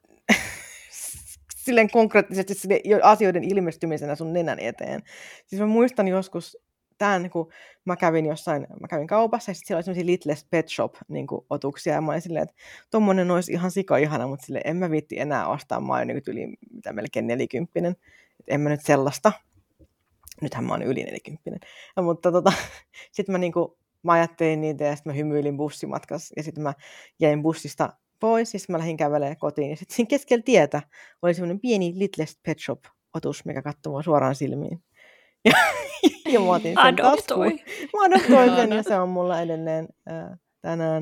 silleen konkreettisesti silleen asioiden ilmestymisenä sun nenän eteen. Siis mä muistan joskus tämän, kun mä kävin kaupassa ja sitten siellä oli semmoisia Littlest Pet Shop niin kuin otuksia ja mä olin silleen, että tommonen olisi ihan sika-ihana, mutta silleen en mä viitti enää ostaa, mä oon niin yli melkein 40, että en mä nyt sellaista. Nythän mä oon yli 40. Ja, mutta sitten mä ajattelin niitä ja sitten mä hymyilin bussimatkassa ja sitten mä jäin bussista pois ja sitten mä lähdin kävelemään kotiin. Ja sitten siinä keskellä tietä oli semmoinen pieni Littlest Pet Shop-otus, mikä katsoi mua suoraan silmiin. Ja mä otin sen taskuun. Mä adoptoin sen ja se on mulla edelleen tänään.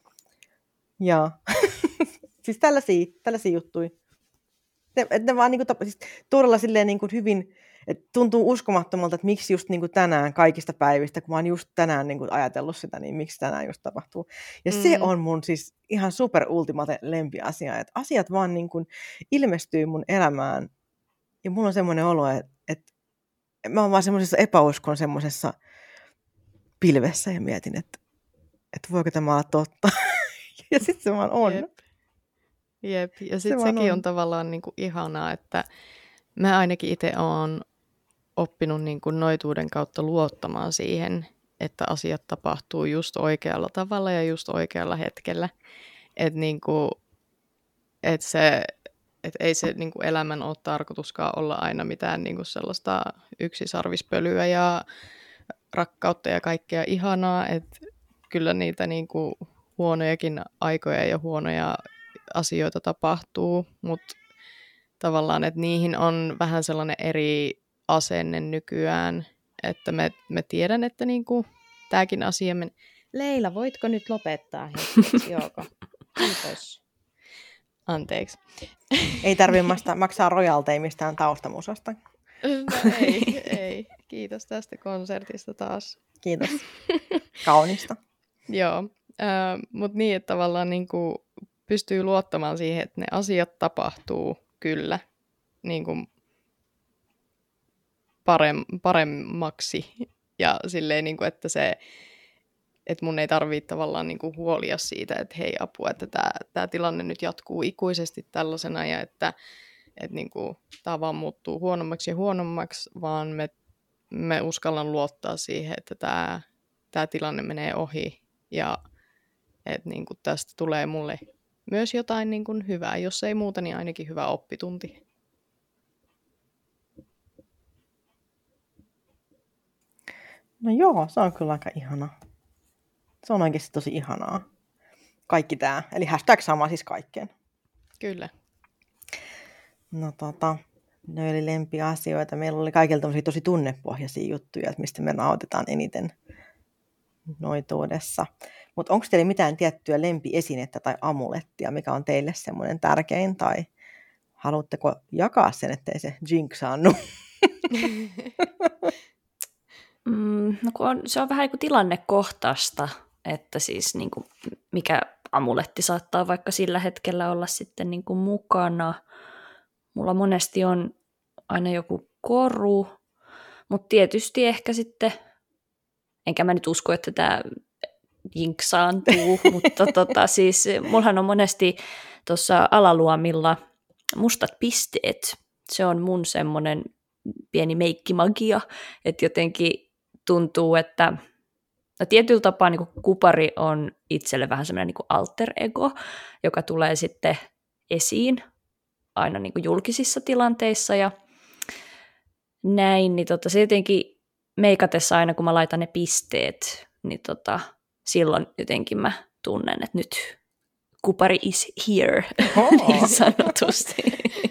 Ja siis tällaisia juttuja. Ne vaan siis todella silleen hyvin, että tuntuu uskomattomalta, että miksi just tänään kaikista päivistä, kun mä oon just tänään ajatellut sitä, niin miksi tänään just tapahtuu. Ja se on mun siis ihan super ultimate lempiasia, että asiat vaan ilmestyy mun elämään. Ja mulla on semmoinen olo, että mä oon vaan semmoisessa epäuskon semmoisessa pilvessä ja mietin, että voiko tämä olla totta. Ja sitten se vaan on. Jep. Ja sitten sekin on tavallaan ihanaa, että mä ainakin itse oon oppinut noituuden kautta luottamaan siihen, että asiat tapahtuu just oikealla tavalla ja just oikealla hetkellä. Että niinku, et ei se niinku elämän ole tarkoituskaan olla aina mitään niinku sellaista yksisarvispölyä ja rakkautta ja kaikkea ihanaa. Että kyllä niitä niinku huonojakin aikoja ja huonoja asioita tapahtuu, mutta tavallaan, että niihin on vähän sellainen eri asenne nykyään, että me tiedän, että niinku tämäkin asia... Leila, voitko nyt lopettaa hetkeksi? Joko? Kiitos. Anteeksi. Ei tarvitse maksaa rojalteja mistään taustamusasta. No ei. Kiitos tästä konsertista taas. Kiitos. Kaunista. Joo, mutta niin, että tavallaan niinku pystyy luottamaan siihen, että ne asiat tapahtuu kyllä niinku paremmaksi. Ja silleen, niinku, että että mun ei tarvitse tavallaan niinku huolia siitä, että hei apua, että tämä tilanne nyt jatkuu ikuisesti tällaisena ja että niinku, tämä vaan muuttuu huonommaksi ja huonommaksi, vaan me uskallan luottaa siihen, että tämä tilanne menee ohi ja että niinku, tästä tulee mulle myös jotain niinku, hyvää, jos ei muuta, niin ainakin hyvä oppitunti. No joo, se on kyllä aika ihana. Se on oikeasti tosi ihanaa. Kaikki tää. Eli hashtag sama siis kaikkeen. Kyllä. No ne oli lempiasioita. Meillä oli kaikilla tosi tunnepohjaisia juttuja, että mistä me nautetaan eniten noituudessa. Mutta onko teillä mitään tiettyä lempiesinettä tai amulettia, mikä on teille semmoinen tärkein? Tai haluatteko jakaa sen, ettei se jinksaannu? No se on vähän niin kuin tilannekohtaista, että siis niin kuin mikä amuletti saattaa vaikka sillä hetkellä olla sitten niin kuin mukana. Mulla monesti on aina joku koru, mutta tietysti ehkä sitten, enkä mä nyt usko, että tämä jinksaantuu, mutta siis mullahan on monesti tuossa alaluomilla mustat pisteet. Se on mun semmoinen pieni meikkimagia, että jotenkin tuntuu, että no tietyllä tapaa niin kuin kupari on itselle vähän semmoinen niin kuin alter ego, joka tulee sitten esiin aina niin kuin julkisissa tilanteissa ja näin, niin se jotenkin meikatessa aina, kun mä laitan ne pisteet, niin silloin jotenkin mä tunnen, että nyt kupari is here, niin sanotusti.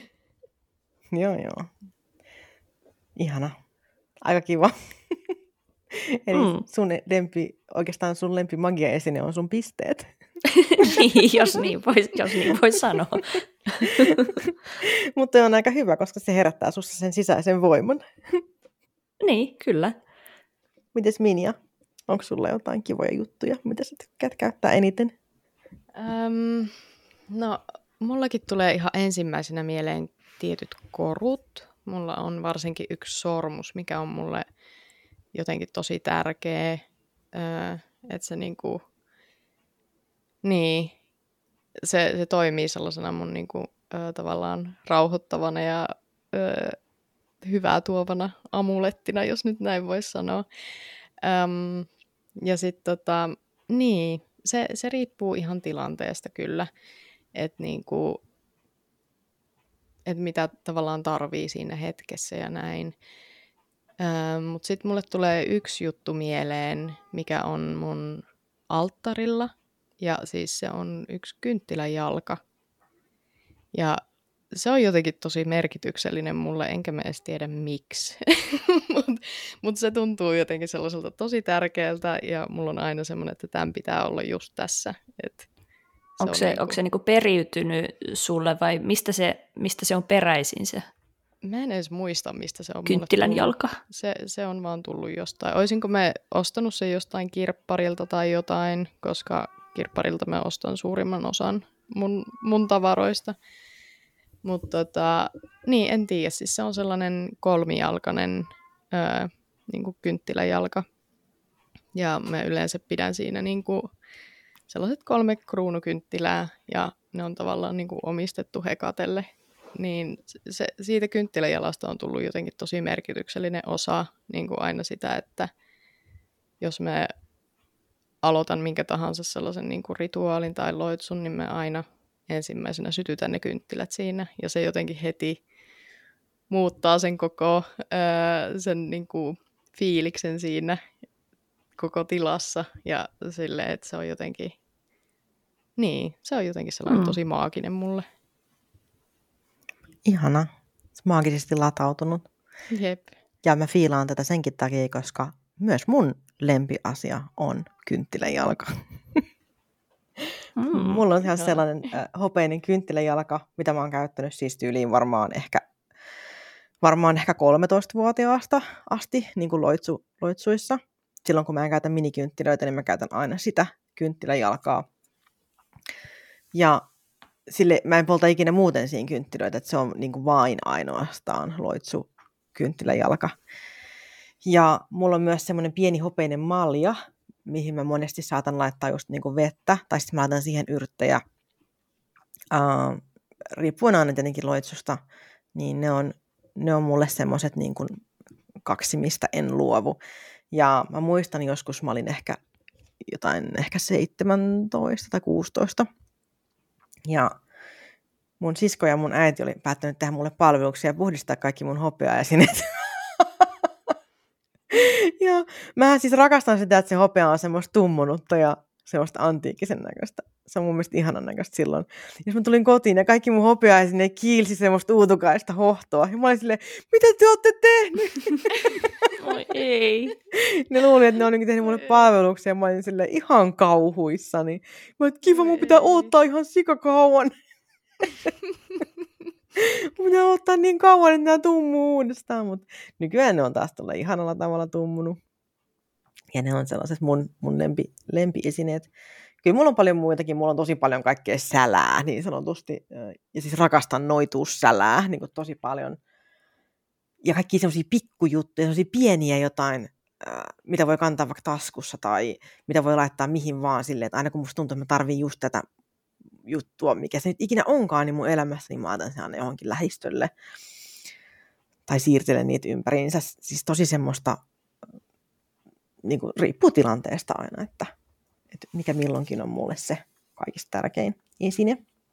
Joo. Ihana. Aika kiva. Eli oikeastaan sun lempi magia-esine on sun pisteet. Niin, jos niin voi sanoa. Mutta on aika hyvä, koska se herättää sussa sen sisäisen voiman. Niin, kyllä. Mites Minja? Onko sulla jotain kivoja juttuja, mitä sä tykkäät käyttää eniten? No, mullakin tulee ihan ensimmäisenä mieleen tietyt korut. Mulla on varsinkin yksi sormus, mikä on mulle jotenkin tosi tärkeä. Että se niinku... Niin, se toimii sellaisena mun niinku, tavallaan rauhoittavana ja hyvää tuovana amulettina, jos nyt näin voisi sanoa. Ja sitten niin, se riippuu ihan tilanteesta kyllä, että niinku, et mitä tavallaan tarvii siinä hetkessä ja näin. Mutta sitten mulle tulee yksi juttu mieleen, mikä on mun alttarilla. Ja siis se on yksi kynttilänjalka. Ja se on jotenkin tosi merkityksellinen mulle, enkä mä edes tiedä miksi. Mutta se tuntuu jotenkin sellaiselta tosi tärkeältä ja mulla on aina semmoinen, että tämän pitää olla just tässä. Onko se niinku periytynyt sulle vai mistä se on peräisin se? Mä en edes muista, mistä se on kynttilänjalka. Se on vaan tullut jostain. Oisinko mä ostanut sen jostain kirpparilta tai jotain, koska kirpparilta mä ostan suurimman osan mun tavaroista. Mutta niin, en tiedä. Siis se on sellainen kolmijalkainen niinku kynttilänjalka. Ja mä yleensä pidän siinä niinku sellaiset 3 kruunukynttilää. Ja ne on tavallaan niinku omistettu Hekatelle. Niin siitä kynttilänjalasta on tullut jotenkin tosi merkityksellinen osa niinku aina sitä, että jos me aloitan minkä tahansa sellaisen niin kuin rituaalin tai loitsun, niin me aina ensimmäisenä sytytän ne kynttilät siinä. Ja se jotenkin heti muuttaa sen koko sen niin kuin fiiliksen siinä koko tilassa. Ja silleen, että se on jotenkin, niin, se on jotenkin sellainen tosi maaginen mulle. Ihana. Maagisesti latautunut. Jep. Ja mä fiilaan tätä senkin takia, koska myös mun lempiasia on kynttiläjalka. Mulla on ihan sellainen hopeinen kynttiläjalka, mitä mä oon käyttänyt siis tyyliin varmaan ehkä 13-vuotiaasta asti niin kuin loitsuissa. Silloin kun mä en käytä minikynttilöitä, niin mä käytän aina sitä kynttiläjalkaa. Ja sille mä en polta ikinä muuten siinä kynttilöitä, että se on niin kuin vain ainoastaan loitsukynttiläjalka. Ja mulla on myös semmoinen pieni hopeinen malja, mihin mä monesti saatan laittaa just niin kuin vettä, tai sitten mä laitan siihen yrttejä. Riippuen aina tietenkin loitsusta, niin ne on mulle semmoiset niin kuin kaksi, mistä en luovu. Ja mä muistan joskus, mä olin ehkä 17 tai 16. Ja mun sisko ja mun äiti oli päättänyt tehdä mulle palveluksia ja puhdistaa kaikki mun hopeaesineet. Ja mä siis rakastan sitä, että se hopea on semmoista tummunutta ja semmoista antiikkisen näköistä. Se on mun mielestä ihanan näköistä silloin. Jos mä tulin kotiin ja kaikki mun hopeaesineet kiilsi semmoista uutukaista hohtoa. Ja mä olin silleen, mitä te ootte tehnyt? Oi ei. Ne luuli, että ne on tehnyt mulle palveluksia. Mä olin silleen ihan kauhuissani. Mä olin, että kiva, mun pitää odottaa ihan sikakauan. Mun pitää odottaa niin kauan, että nämä tummuu uudestaan. Mutta nykyään ne on taas tuolla ihanalla tavalla tummunut. Ja ne on sellaiset mun lempiesineet. Kyllä mulla on paljon muitakin. Mulla on tosi paljon kaikkea sälää niin sanotusti. Ja siis rakastan noituussälää niin kuin tosi paljon. Ja kaikki semmoisia pikkujuttuja, semmoisia pieniä jotain, mitä voi kantaa vaikka taskussa tai mitä voi laittaa mihin vaan silleen, että aina kun musta tuntuu, että mä tarviin just tätä juttua, mikä se nyt ikinä onkaan niin mun elämässä, niin mä otan sen aina johonkin lähistölle tai siirtelen niitä ympäriinsä. Siis tosi semmoista, niin kuin riippuu tilanteesta aina, että mikä milloinkin on mulle se kaikista tärkein esine.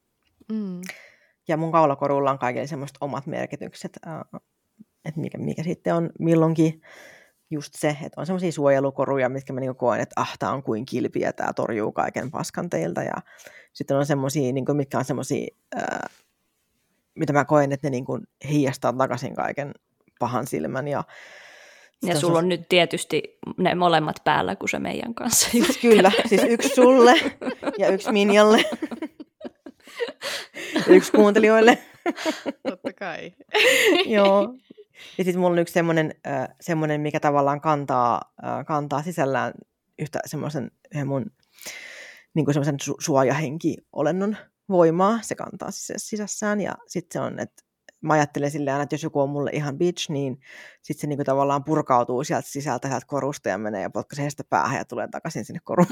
Ja mun kaulakorulla on kaikille semmoiset omat merkitykset, että mikä sitten on milloinkin just se, että on semmoisia suojelukoruja, mitkä mä niinku koen, että tää on kuin kilpi ja tää torjuu kaiken paskan teiltä. Ja sitten on semmoisia, niinku, mitkä on semmoisia, mitä mä koen, että ne niinku heijastaa takaisin kaiken pahan silmän. Ja sulla on nyt tietysti ne molemmat päällä, kun se meidän kanssa. Kyllä, siis yksi sulle ja yksi Minjalle. Ja yksi kuuntelijoille. Totta kai. Joo. Ja sitten mulla on yksi semmoinen, mikä tavallaan kantaa sisällään yhden mun niin kuin semmoisen suojahenki-olennon voimaa. Se kantaa sisässään. Ja sitten se on, että mä ajattelen silleen, että jos joku on mulle ihan bitch, niin sitten se niin kuin tavallaan purkautuu sieltä sisältä, sieltä korusta ja menee ja potkaisee sitä päähän ja tulee takaisin sinne koruun.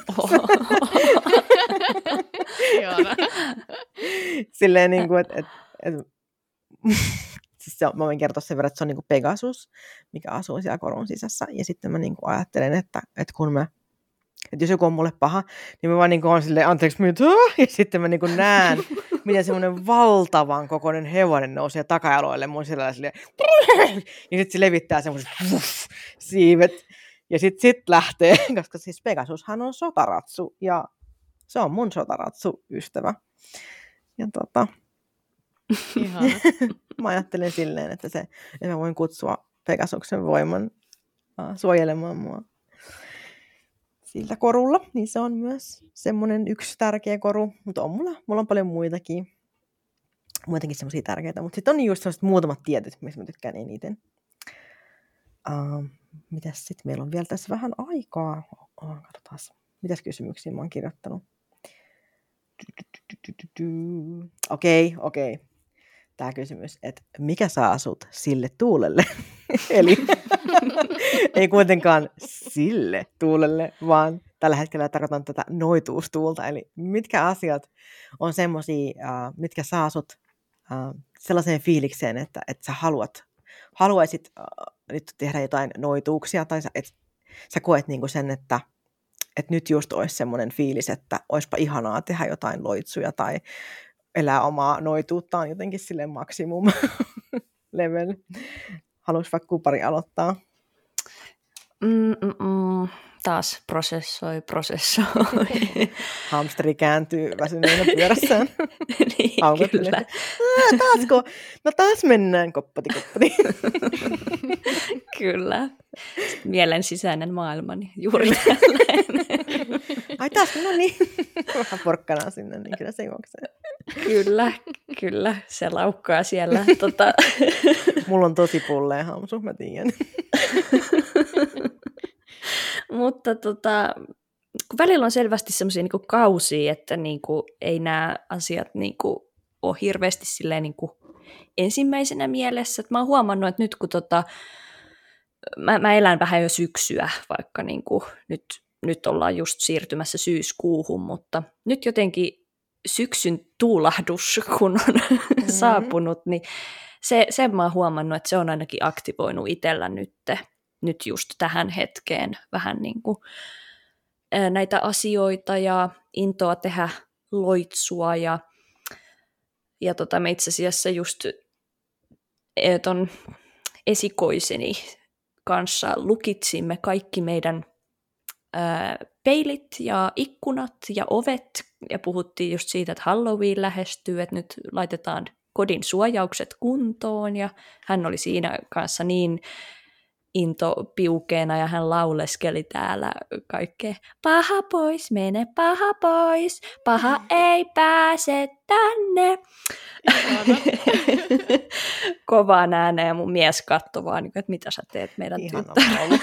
Silleen niin kuin, että siis mä voin kertoa sen verran, että se on niin kuin Pegasus, mikä asuu siellä korun sisässä. Ja sitten mä niin kuin ajattelen, että jos joku on mulle paha, niin mä vaan niin kuin on silleen, anteeksi mitä? Ja sitten mä niin kuin näen, miten semmoinen valtavan kokoinen hevonen nousee takajaloille mun silleen. Ja sitten se levittää semmoiset siivet. Ja sitten lähtee, koska siis Pegasushan on sotaratsu. Ja se on mun sotaratsu-ystävä. Ja mä ajattelen silleen, että mä voin kutsua Pegasuksen voiman suojelemaan mua sillä korulla. Niin se on myös semmoinen yksi tärkeä koru. Mutta mulla on paljon muitakin semmoisia tärkeitä. Mutta sitten on just sellaiset muutamat tietyt, missä mä tykkään eniten. Mitäs sitten? Meillä on vielä tässä vähän aikaa. Katsotaan. Mitäs kysymyksiä mä oon kirjoittanut? Okei. Tämä kysymys, että mikä saa sut sille tuulelle? Eli ei kuitenkaan sille tuulelle, vaan tällä hetkellä tarkoitan tätä noituustuulta. Eli mitkä asiat on semmoisia, mitkä saa sut sellaiseen fiilikseen, että sä haluaisit nyt tehdä jotain noituuksia, tai sä koet niin kuin sen, että nyt just olisi semmoinen fiilis, että olisipa ihanaa tehdä jotain loitsuja tai elää omaa noituuttaan jotenkin silleen maksimum level. Haluaisi vaikka Kupari aloittaa? Taas prosessoi. Hamsteri kääntyy väsyneenä pyörässään. Niin, kyllä. Taasko? No taas mennään koppati. Kyllä. Mielen sisäinen maailmani juuri tällainen. Ai taas, no niin. Vähän porkkanaa sinne, niin kyllä se juoksee. Kyllä. Se laukkaa siellä. Mulla on tosi pulleen hamsu, mä tiedän. Mutta kun välillä on selvästi semmoisia niinku kausia, että niinku ei nämä asiat niinku ole hirveästi silleen niinku ensimmäisenä mielessä. Et mä oon huomannut, että nyt kun mä elän vähän jo syksyä, vaikka niinku nyt ollaan just siirtymässä syyskuuhun, mutta nyt jotenkin syksyn tuulahdus, kun on saapunut, niin sen mä oon huomannut, että se on ainakin aktivoinut itsellä nyt just tähän hetkeen vähän niin kuin näitä asioita ja intoa tehdä loitsua ja me itse asiassa just ton esikoiseni kanssa lukitsimme kaikki meidän peilit ja ikkunat ja ovet ja puhuttiin just siitä, että Halloween lähestyy, että nyt laitetaan kodin suojaukset kuntoon ja hän oli siinä kanssa niin intopiukeena ja hän lauleskeli täällä kaikkea. Paha pois, mene paha pois, paha ei pääse tänne. Kovaan ääneen ja mun mies katsoi vaan, että mitä sä teet meidän tyttärelle.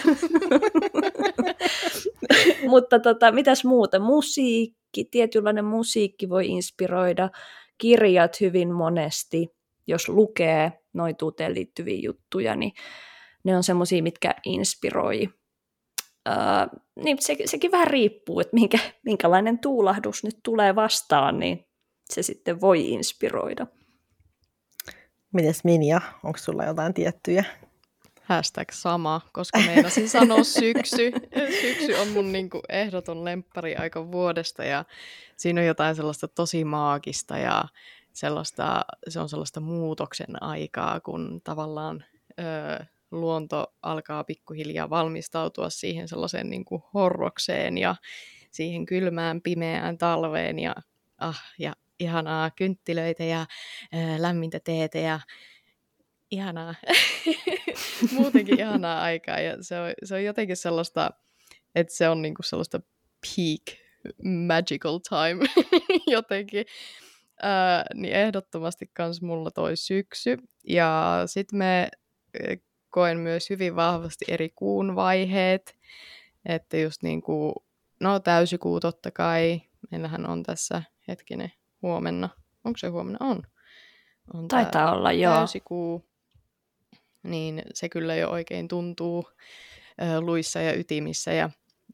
Mutta mitäs muuta? Musiikki, tietynlainen musiikki voi inspiroida. Kirjat hyvin monesti, jos lukee noituuteen liittyviä juttuja, niin ne on semmoisia, mitkä inspiroi. Niin sekin vähän riippuu, että minkälainen tuulahdus nyt tulee vastaan, niin se sitten voi inspiroida. Mites Minja, onko sulla jotain tiettyjä? #sama, koska meinasin sanoa syksy. Syksy on mun niinku ehdoton lemppari aika vuodesta ja siinä on jotain sellaista tosi maagista ja se on sellaista muutoksen aikaa, kun tavallaan luonto alkaa pikkuhiljaa valmistautua siihen sellaiseen niin kuin horrokseen ja siihen kylmään, pimeään talveen ja ihanaa kynttilöitä ja lämmintä teetä ja ihanaa, muutenkin ihanaa aikaa ja se on jotenkin sellaista, että se on niin kuin sellaista peak magical time jotenkin. Niin ehdottomasti kans mulla toi syksy ja sit me koen myös hyvin vahvasti eri kuun vaiheet, että just niinku, no täysikuu totta kai, meillähän on tässä huomenna, onko se huomenna? On Taitaa olla, joo. Täysikuu, niin se kyllä jo oikein tuntuu luissa ja ytimissä ja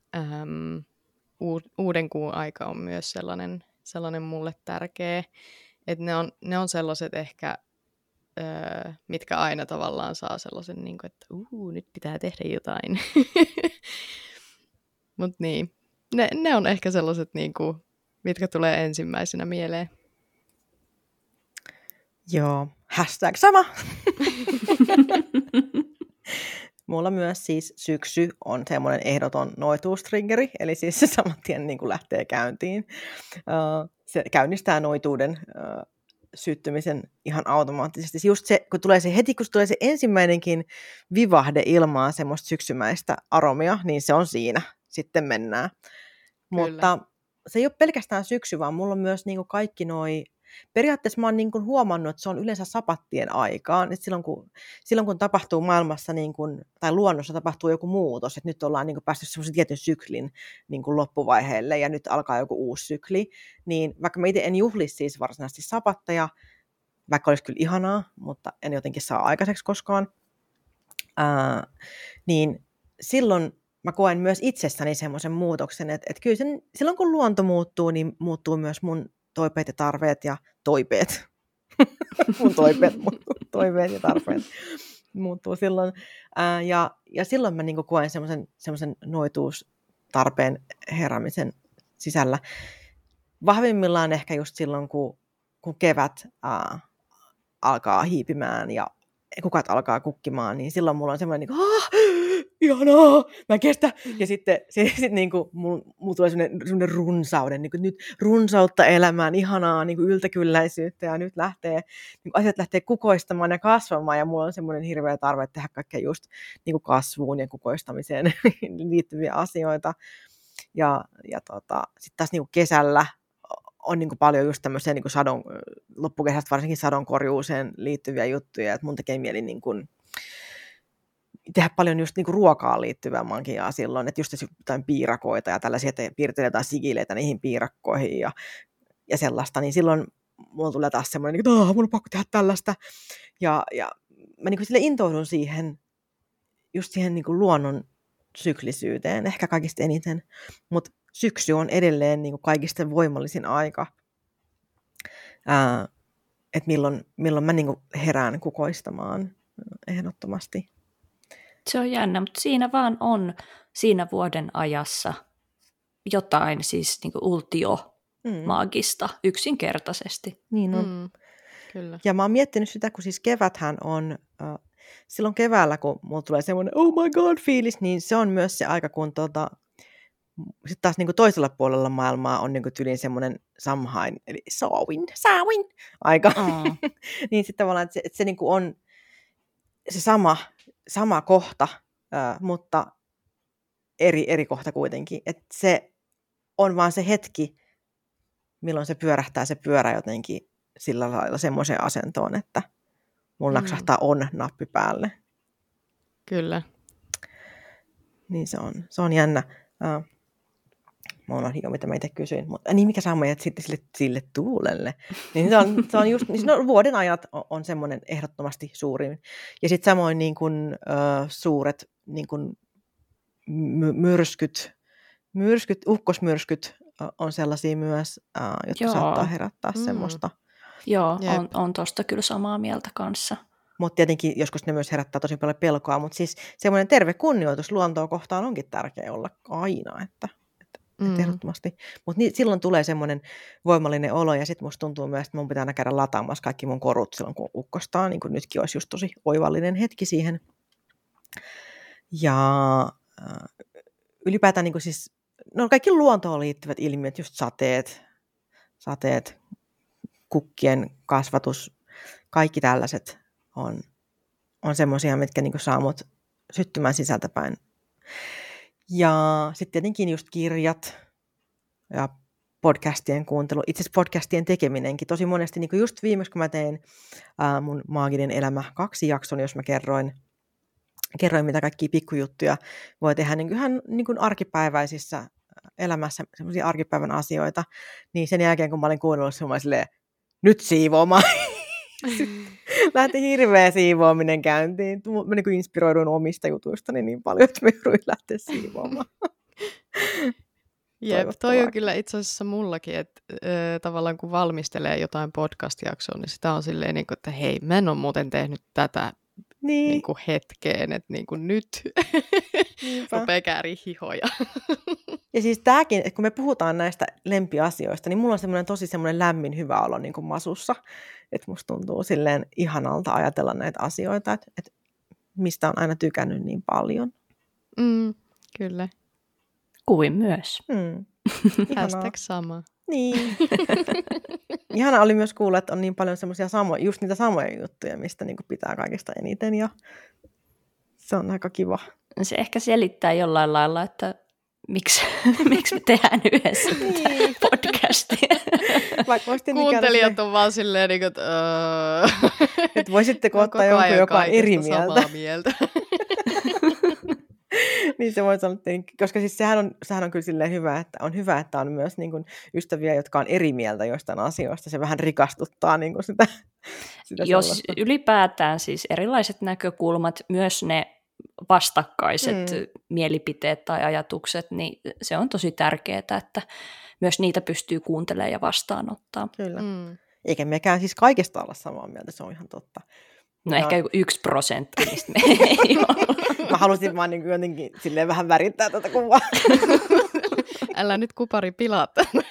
uuden kuun aika on myös sellainen mulle tärkeä, että ne on sellaiset ehkä mitkä aina tavallaan saa sellaisen, niin kuin, että nyt pitää tehdä jotain. Mutta niin, ne on ehkä sellaiset, niin kuin, mitkä tulee ensimmäisenä mieleen. Joo, #sama. Mulla myös siis syksy on semmoinen ehdoton noituustriggeri, eli siis se saman tien niin kuin lähtee käyntiin. Se käynnistää noituuden syttymisen ihan automaattisesti. Just se, kun tulee se ensimmäinenkin vivahde ilmaa, semmoista syksymäistä aromia, niin se on siinä. Sitten mennään. Kyllä. Mutta se ei ole pelkästään syksy, vaan mulla on myös niin kuin kaikki noi. Periaatteessa mä oon niin kuin huomannut, että se on yleensä sapattien aikaan. Että silloin kun tapahtuu maailmassa niin kuin, tai luonnossa tapahtuu joku muutos, että nyt ollaan niin kuin päästy semmoisen tietyn syklin niin kuin loppuvaiheelle ja nyt alkaa joku uusi sykli, niin vaikka mä itse en juhli siis varsinaisesti sapatteja, vaikka olisi kyllä ihanaa, mutta en jotenkin saa aikaiseksi koskaan, niin silloin mä koen myös itsessäni semmoisen muutoksen, että kyllä silloin kun luonto muuttuu, niin muuttuu myös mun toipeet ja tarpeet ja toipeet. Mun toiveet ja tarpeet muuttuu silloin. Ja silloin mä niin kuin koen semmoisen noituustarpeen heräämisen sisällä. Vahvimmillaan ehkä just silloin, kun kevät alkaa hiipimään ja kukat alkaa kukkimaan, niin silloin mulla on semmoinen niin kuin, ihanaa, mä en kestä. Ja sitten niin kuin, mulla tulee semmoinen runsauden, niin kuin, nyt runsautta elämään, ihanaa niin kuin yltäkylläisyyttä, ja nyt niin kuin asiat lähtee kukoistamaan ja kasvamaan, ja mulla on semmoinen hirveä tarve tehdä kaikkea just niin kuin kasvuun ja kukoistamiseen liittyviä asioita. Ja sitten taas niin kuin kesällä on niin kuin paljon just tämmöisiä niin kuin loppukesästä varsinkin sadonkorjuuseen liittyviä juttuja, että mun tekee mieli niin kuin tehdä paljon just niin kuin ruokaan liittyvää magiaa silloin, että just jotain piirakoita ja tällaisia, että piirtelee jotain sigileitä niihin piirakkoihin ja sellaista, niin silloin mulla tulee taas semmoinen, että mun on pakko tehdä tällaista. Ja mä niin kuin sille intoudun siihen, just siihen niin kuin luonnon syklisyyteen, ehkä kaikista eniten, mutta syksy on edelleen niin kuin kaikista voimallisin aika, että milloin mä niin kuin herään kukoistamaan ehdottomasti. Se on jännä, mutta siinä vaan on siinä vuoden ajassa jotain siis niin kuin ultio-maagista yksinkertaisesti. Niin on. Kyllä. Ja mä oon miettinyt sitä, kun siis keväthän on, silloin keväällä, kun mulla tulee semmoinen oh my god fiilis, niin se on myös se aika, kun sitten taas niin kuin toisella puolella maailmaa on niin kuin tyylin semmoinen Samhain, eli Samhain aika. Niin sitten tavallaan, että se niin kuin on se sama kohta, mutta eri kohta kuitenkin. Että se on vaan se hetki, milloin se pyörähtää se pyörä jotenkin sillä lailla semmoiseen asentoon, että mulla naksahtaa on-nappi päälle. Kyllä. Niin se on jännä. Mä unohdin jo, mitä mä itse kysyin. Mutta niin, mikä saa meidät sitten sille tuulelle. Niin se on just, niin vuoden ajat on semmoinen ehdottomasti suurin. Ja sitten samoin niin kuin, suuret niin kuin ukkosmyrskyt on sellaisia myös, jotka saattaa herättää semmoista. Joo, on tosta kyllä samaa mieltä kanssa. Mutta tietenkin joskus ne myös herättää tosi paljon pelkoa, mutta siis semmoinen terve kunnioitus luontoa kohtaan onkin tärkeä olla aina, että ehdottomasti. Mutta silloin tulee semmoinen voimallinen olo, ja sitten musta tuntuu myös, että mun pitää aina käydä lataamassa kaikki mun korut silloin, kun ukkostaa, niin kuin nytkin olisi just tosi oivallinen hetki siihen. Ja ylipäätään niin kuin siis, no kaikki luontoon liittyvät ilmiöt, just sateet, kukkien kasvatus, kaikki tällaiset on semmoisia, mitkä niin kuin saa mut syttymään sisältäpäin. Ja sitten tietenkin just kirjat ja podcastien kuuntelu, itse asiassa podcastien tekeminenkin. Tosi monesti, niin kuin just viimeksi kun mä tein mun Maaginen elämä 2 jakson, jos mä kerroin mitä kaikkia pikkujuttuja voi tehdä niin ihan niin kuin arkipäiväisissä elämässä, semmoisia arkipäivän asioita, niin sen jälkeen kun mä olin kuunnellut sen, mä olin silleen, nyt siivoamaan. Lähti hirveä siivoaminen käyntiin. Mä niin inspiroiduin omista jutuistani niin paljon, että mä jouduin lähteä siivoamaan. Jep, toi on kyllä itse asiassa mullakin, että tavallaan kun valmistelee jotain podcast-jaksoa, niin sitä on silleen, niin kuin, että hei, mä en ole muuten tehnyt tätä niin kuin hetkeen, että niin kuin nyt rupeaa kääriä hihoja. Ja siis tämäkin, että kun me puhutaan näistä lempiasioista, niin mulla on semmoinen lämmin hyvä olo niin kuin masussa. Että musta tuntuu silleen ihanalta ajatella näitä asioita, että mistä on aina tykännyt niin paljon. Kyllä. Kuin myös. Hashtag sama. Niin. Ihana oli myös kuulla, että on niin paljon semmoisia just niitä samoja juttuja, mistä niin kuin pitää kaikista eniten. Ja se on aika kiva. Se ehkä selittää jollain lailla, että miksi me tehdään yhdessä tätä podcastia. Kuuntelijat on vaan silleen, että voisitteko ottaa jonkun, joka on eri mieltä. Niin se voi sanoa, koska siis sehän on kyllä silleen hyvä, että on myös niin kuin ystäviä, jotka on eri mieltä joistain asioista. Se vähän rikastuttaa niin kuin sitä jos sellaista. Ylipäätään siis erilaiset näkökulmat, myös ne vastakkaiset mielipiteet tai ajatukset, niin se on tosi tärkeää, että myös niitä pystyy kuuntelemaan ja vastaanottaa. Kyllä. Eikä mekään siis kaikesta olla samaa mieltä, se on ihan totta. No ehkä 1%, mistä me ei olla. Mä halusin vaan niin jotenkin silleen vähän värittää tätä kuvaa. Älä nyt kupari pilaa.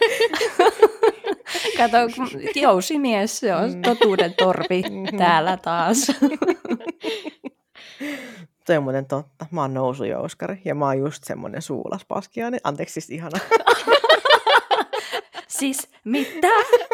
Kato, jousimies, se on totuuden torvi täällä taas. Se on muuten totta. Mä oon nousujouskari ja mä oon just semmonen suulaspaskiainen. Anteeksi, siis ihana. Siis mitä?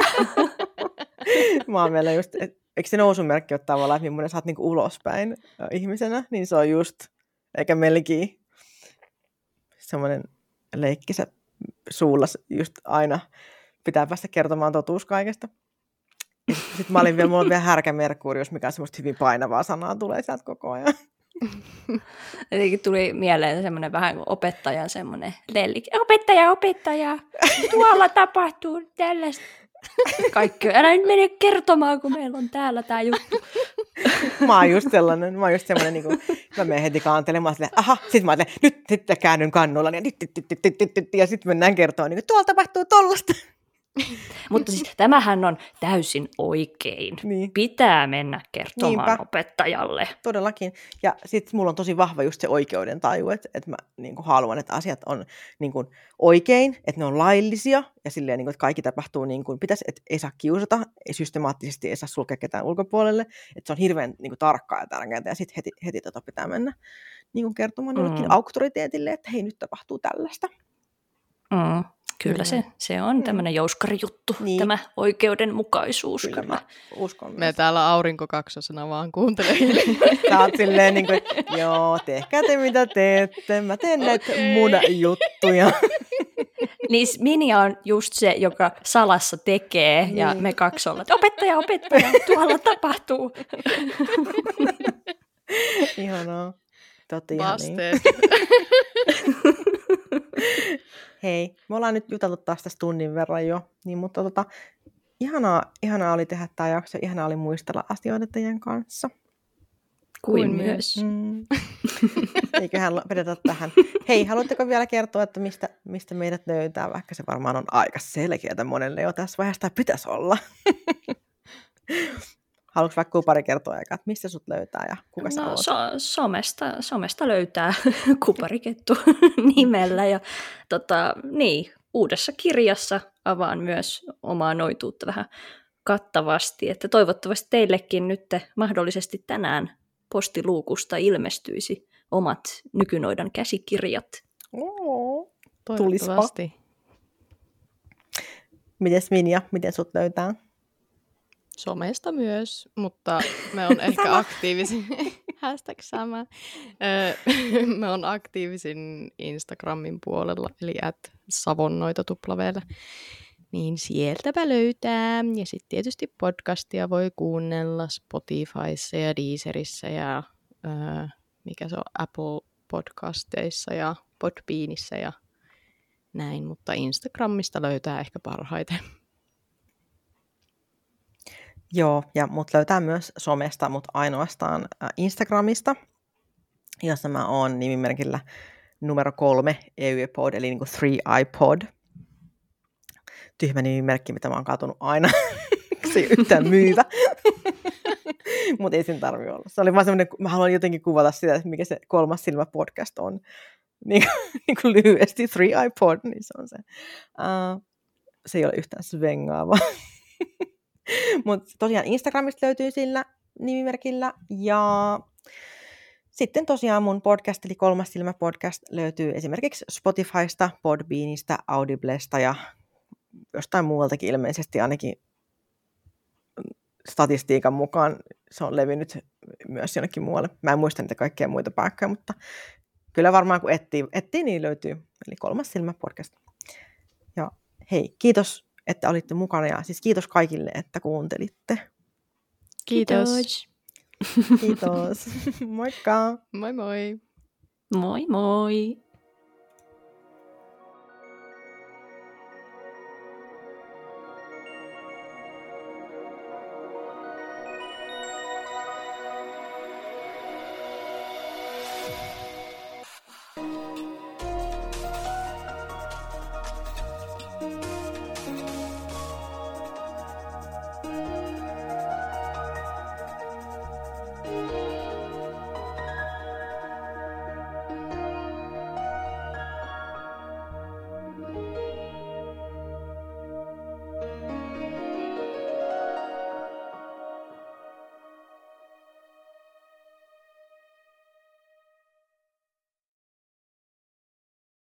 Mä oon vielä just, eikö se nousumerkki ole tavallaan, että millainen sä oot niinku ulospäin ihmisenä, niin se on just, eikä melkein semmoinen leikkisä suulas just aina pitää päästä kertomaan totuus kaikesta. Sitten mä olin vielä, mulla on vielä härkä Merkurius, mikä on semmoista hyvin painavaa sanaa, tulee sieltä koko ajan. Jotenkin tuli mieleen semmoinen vähän opettajan semmoinen lellik. Opettaja, tuolla tapahtuu tällaista. Kaikki, älä nyt mene kertomaan, kun meillä on täällä tämä juttu. Mä oon just semmoinen, niin kuin, mä menen heti kaantelemaan, sit mä ajattelen, nyt sitten käännyn kannulla, ja sitten mennään kertomaan, niin kuin, tuolla tapahtuu tollasta. Mutta siis tämähän on täysin oikein. Niin. Pitää mennä kertomaan opettajalle. Todellakin. Ja sitten mulla on tosi vahva just se oikeuden taju, että mä niin kuin haluan, että asiat on niin kuin oikein, että ne on laillisia ja silleen, niin kuin, että kaikki tapahtuu niin kuin pitäisi, että ei saa kiusata, ei systemaattisesti ei saa sulkea ketään ulkopuolelle, että se on hirveän niin kuin tarkkaa ja tärkeää ja sitten heti pitää mennä niin kuin kertomaan jollekin auktoriteetille, että hei, nyt tapahtuu tällaista. Kyllä se on tämmöinen jouskarijuttu, tämä oikeudenmukaisuus. Kyllä. Uskon. Me täällä aurinkokaksosena vaan kuuntele. Sä oot silleen niin kuin, joo, tehkää te mitä teette, mä teen näitä mun juttuja. Niin Minja on just se, joka salassa tekee, ja me kaksi ollaan, että opettaja, tuolla tapahtuu. Ihanaa. Totta ihan niin. Hei, me ollaan nyt juteltu taas tästä tunnin verran jo, niin, mutta ihanaa oli tehdä tämä jakso, ihanaa oli muistella asioita teidän kanssa. Kuin myös. Eiköhän vedetä tähän. Hei, haluatteko vielä kertoa, että mistä meidät löytää, vaikka se varmaan on aika selkeää monelle jo tässä vaiheessa, tai pitäisi olla. Haluatko vaikka Kupari kertoa, että mistä sut löytää ja kuka sä oot? Somesta löytää Kuparikettu nimellä. Ja uudessa kirjassa avaan myös omaa noituutta vähän kattavasti. Että toivottavasti teillekin nyt mahdollisesti tänään postiluukusta ilmestyisi omat Nykynoidan käsikirjat. Toivottavasti. Mites Minja, miten sut löytää? Somesta myös, mutta me on ehkä aktiivisin, #sama. Me on aktiivisin Instagramin puolella, eli @savonnoita_. Niin sieltäpä löytää. Ja sitten tietysti podcastia voi kuunnella Spotifyssa ja Deezerissä ja mikä se on, Apple Podcasteissa ja Podbeanissä ja näin, mutta Instagramista löytää ehkä parhaiten. Joo, ja mut löytää myös somesta, mutta ainoastaan Instagramista, jossa mä oon nimimerkillä numero 3 EYPod, eli niinku 3iPod. Tyhmä nimimerkki, mitä mä oon katunut aina. Se ei yhtään myyvä. Mutta ei sen tarvi olla. Se oli vaan semmoinen, mä haluan jotenkin kuvata sitä, että mikä se Kolmas silmä podcast on. Niin kuin lyhyesti 3iPod, niin se on se. Se ei ole yhtään svengaava. Mutta tosiaan Instagramista löytyy sillä nimimerkillä. Ja sitten tosiaan mun podcast, eli Kolmas silmä podcast, löytyy esimerkiksi Spotifysta, Podbeanista, Audiblesta ja jostain muualtakin ilmeisesti, ainakin statistiikan mukaan se on levinnyt myös jonnekin muualle. Mä en muista niitä kaikkia muita paikkoja, mutta kyllä varmaan kun etsii niin löytyy. Eli Kolmas silmä podcast. Ja hei, kiitos, että olitte mukana ja siis kiitos kaikille, että kuuntelitte. Kiitos. Kiitos. Moikka. Moi moi. Moi moi.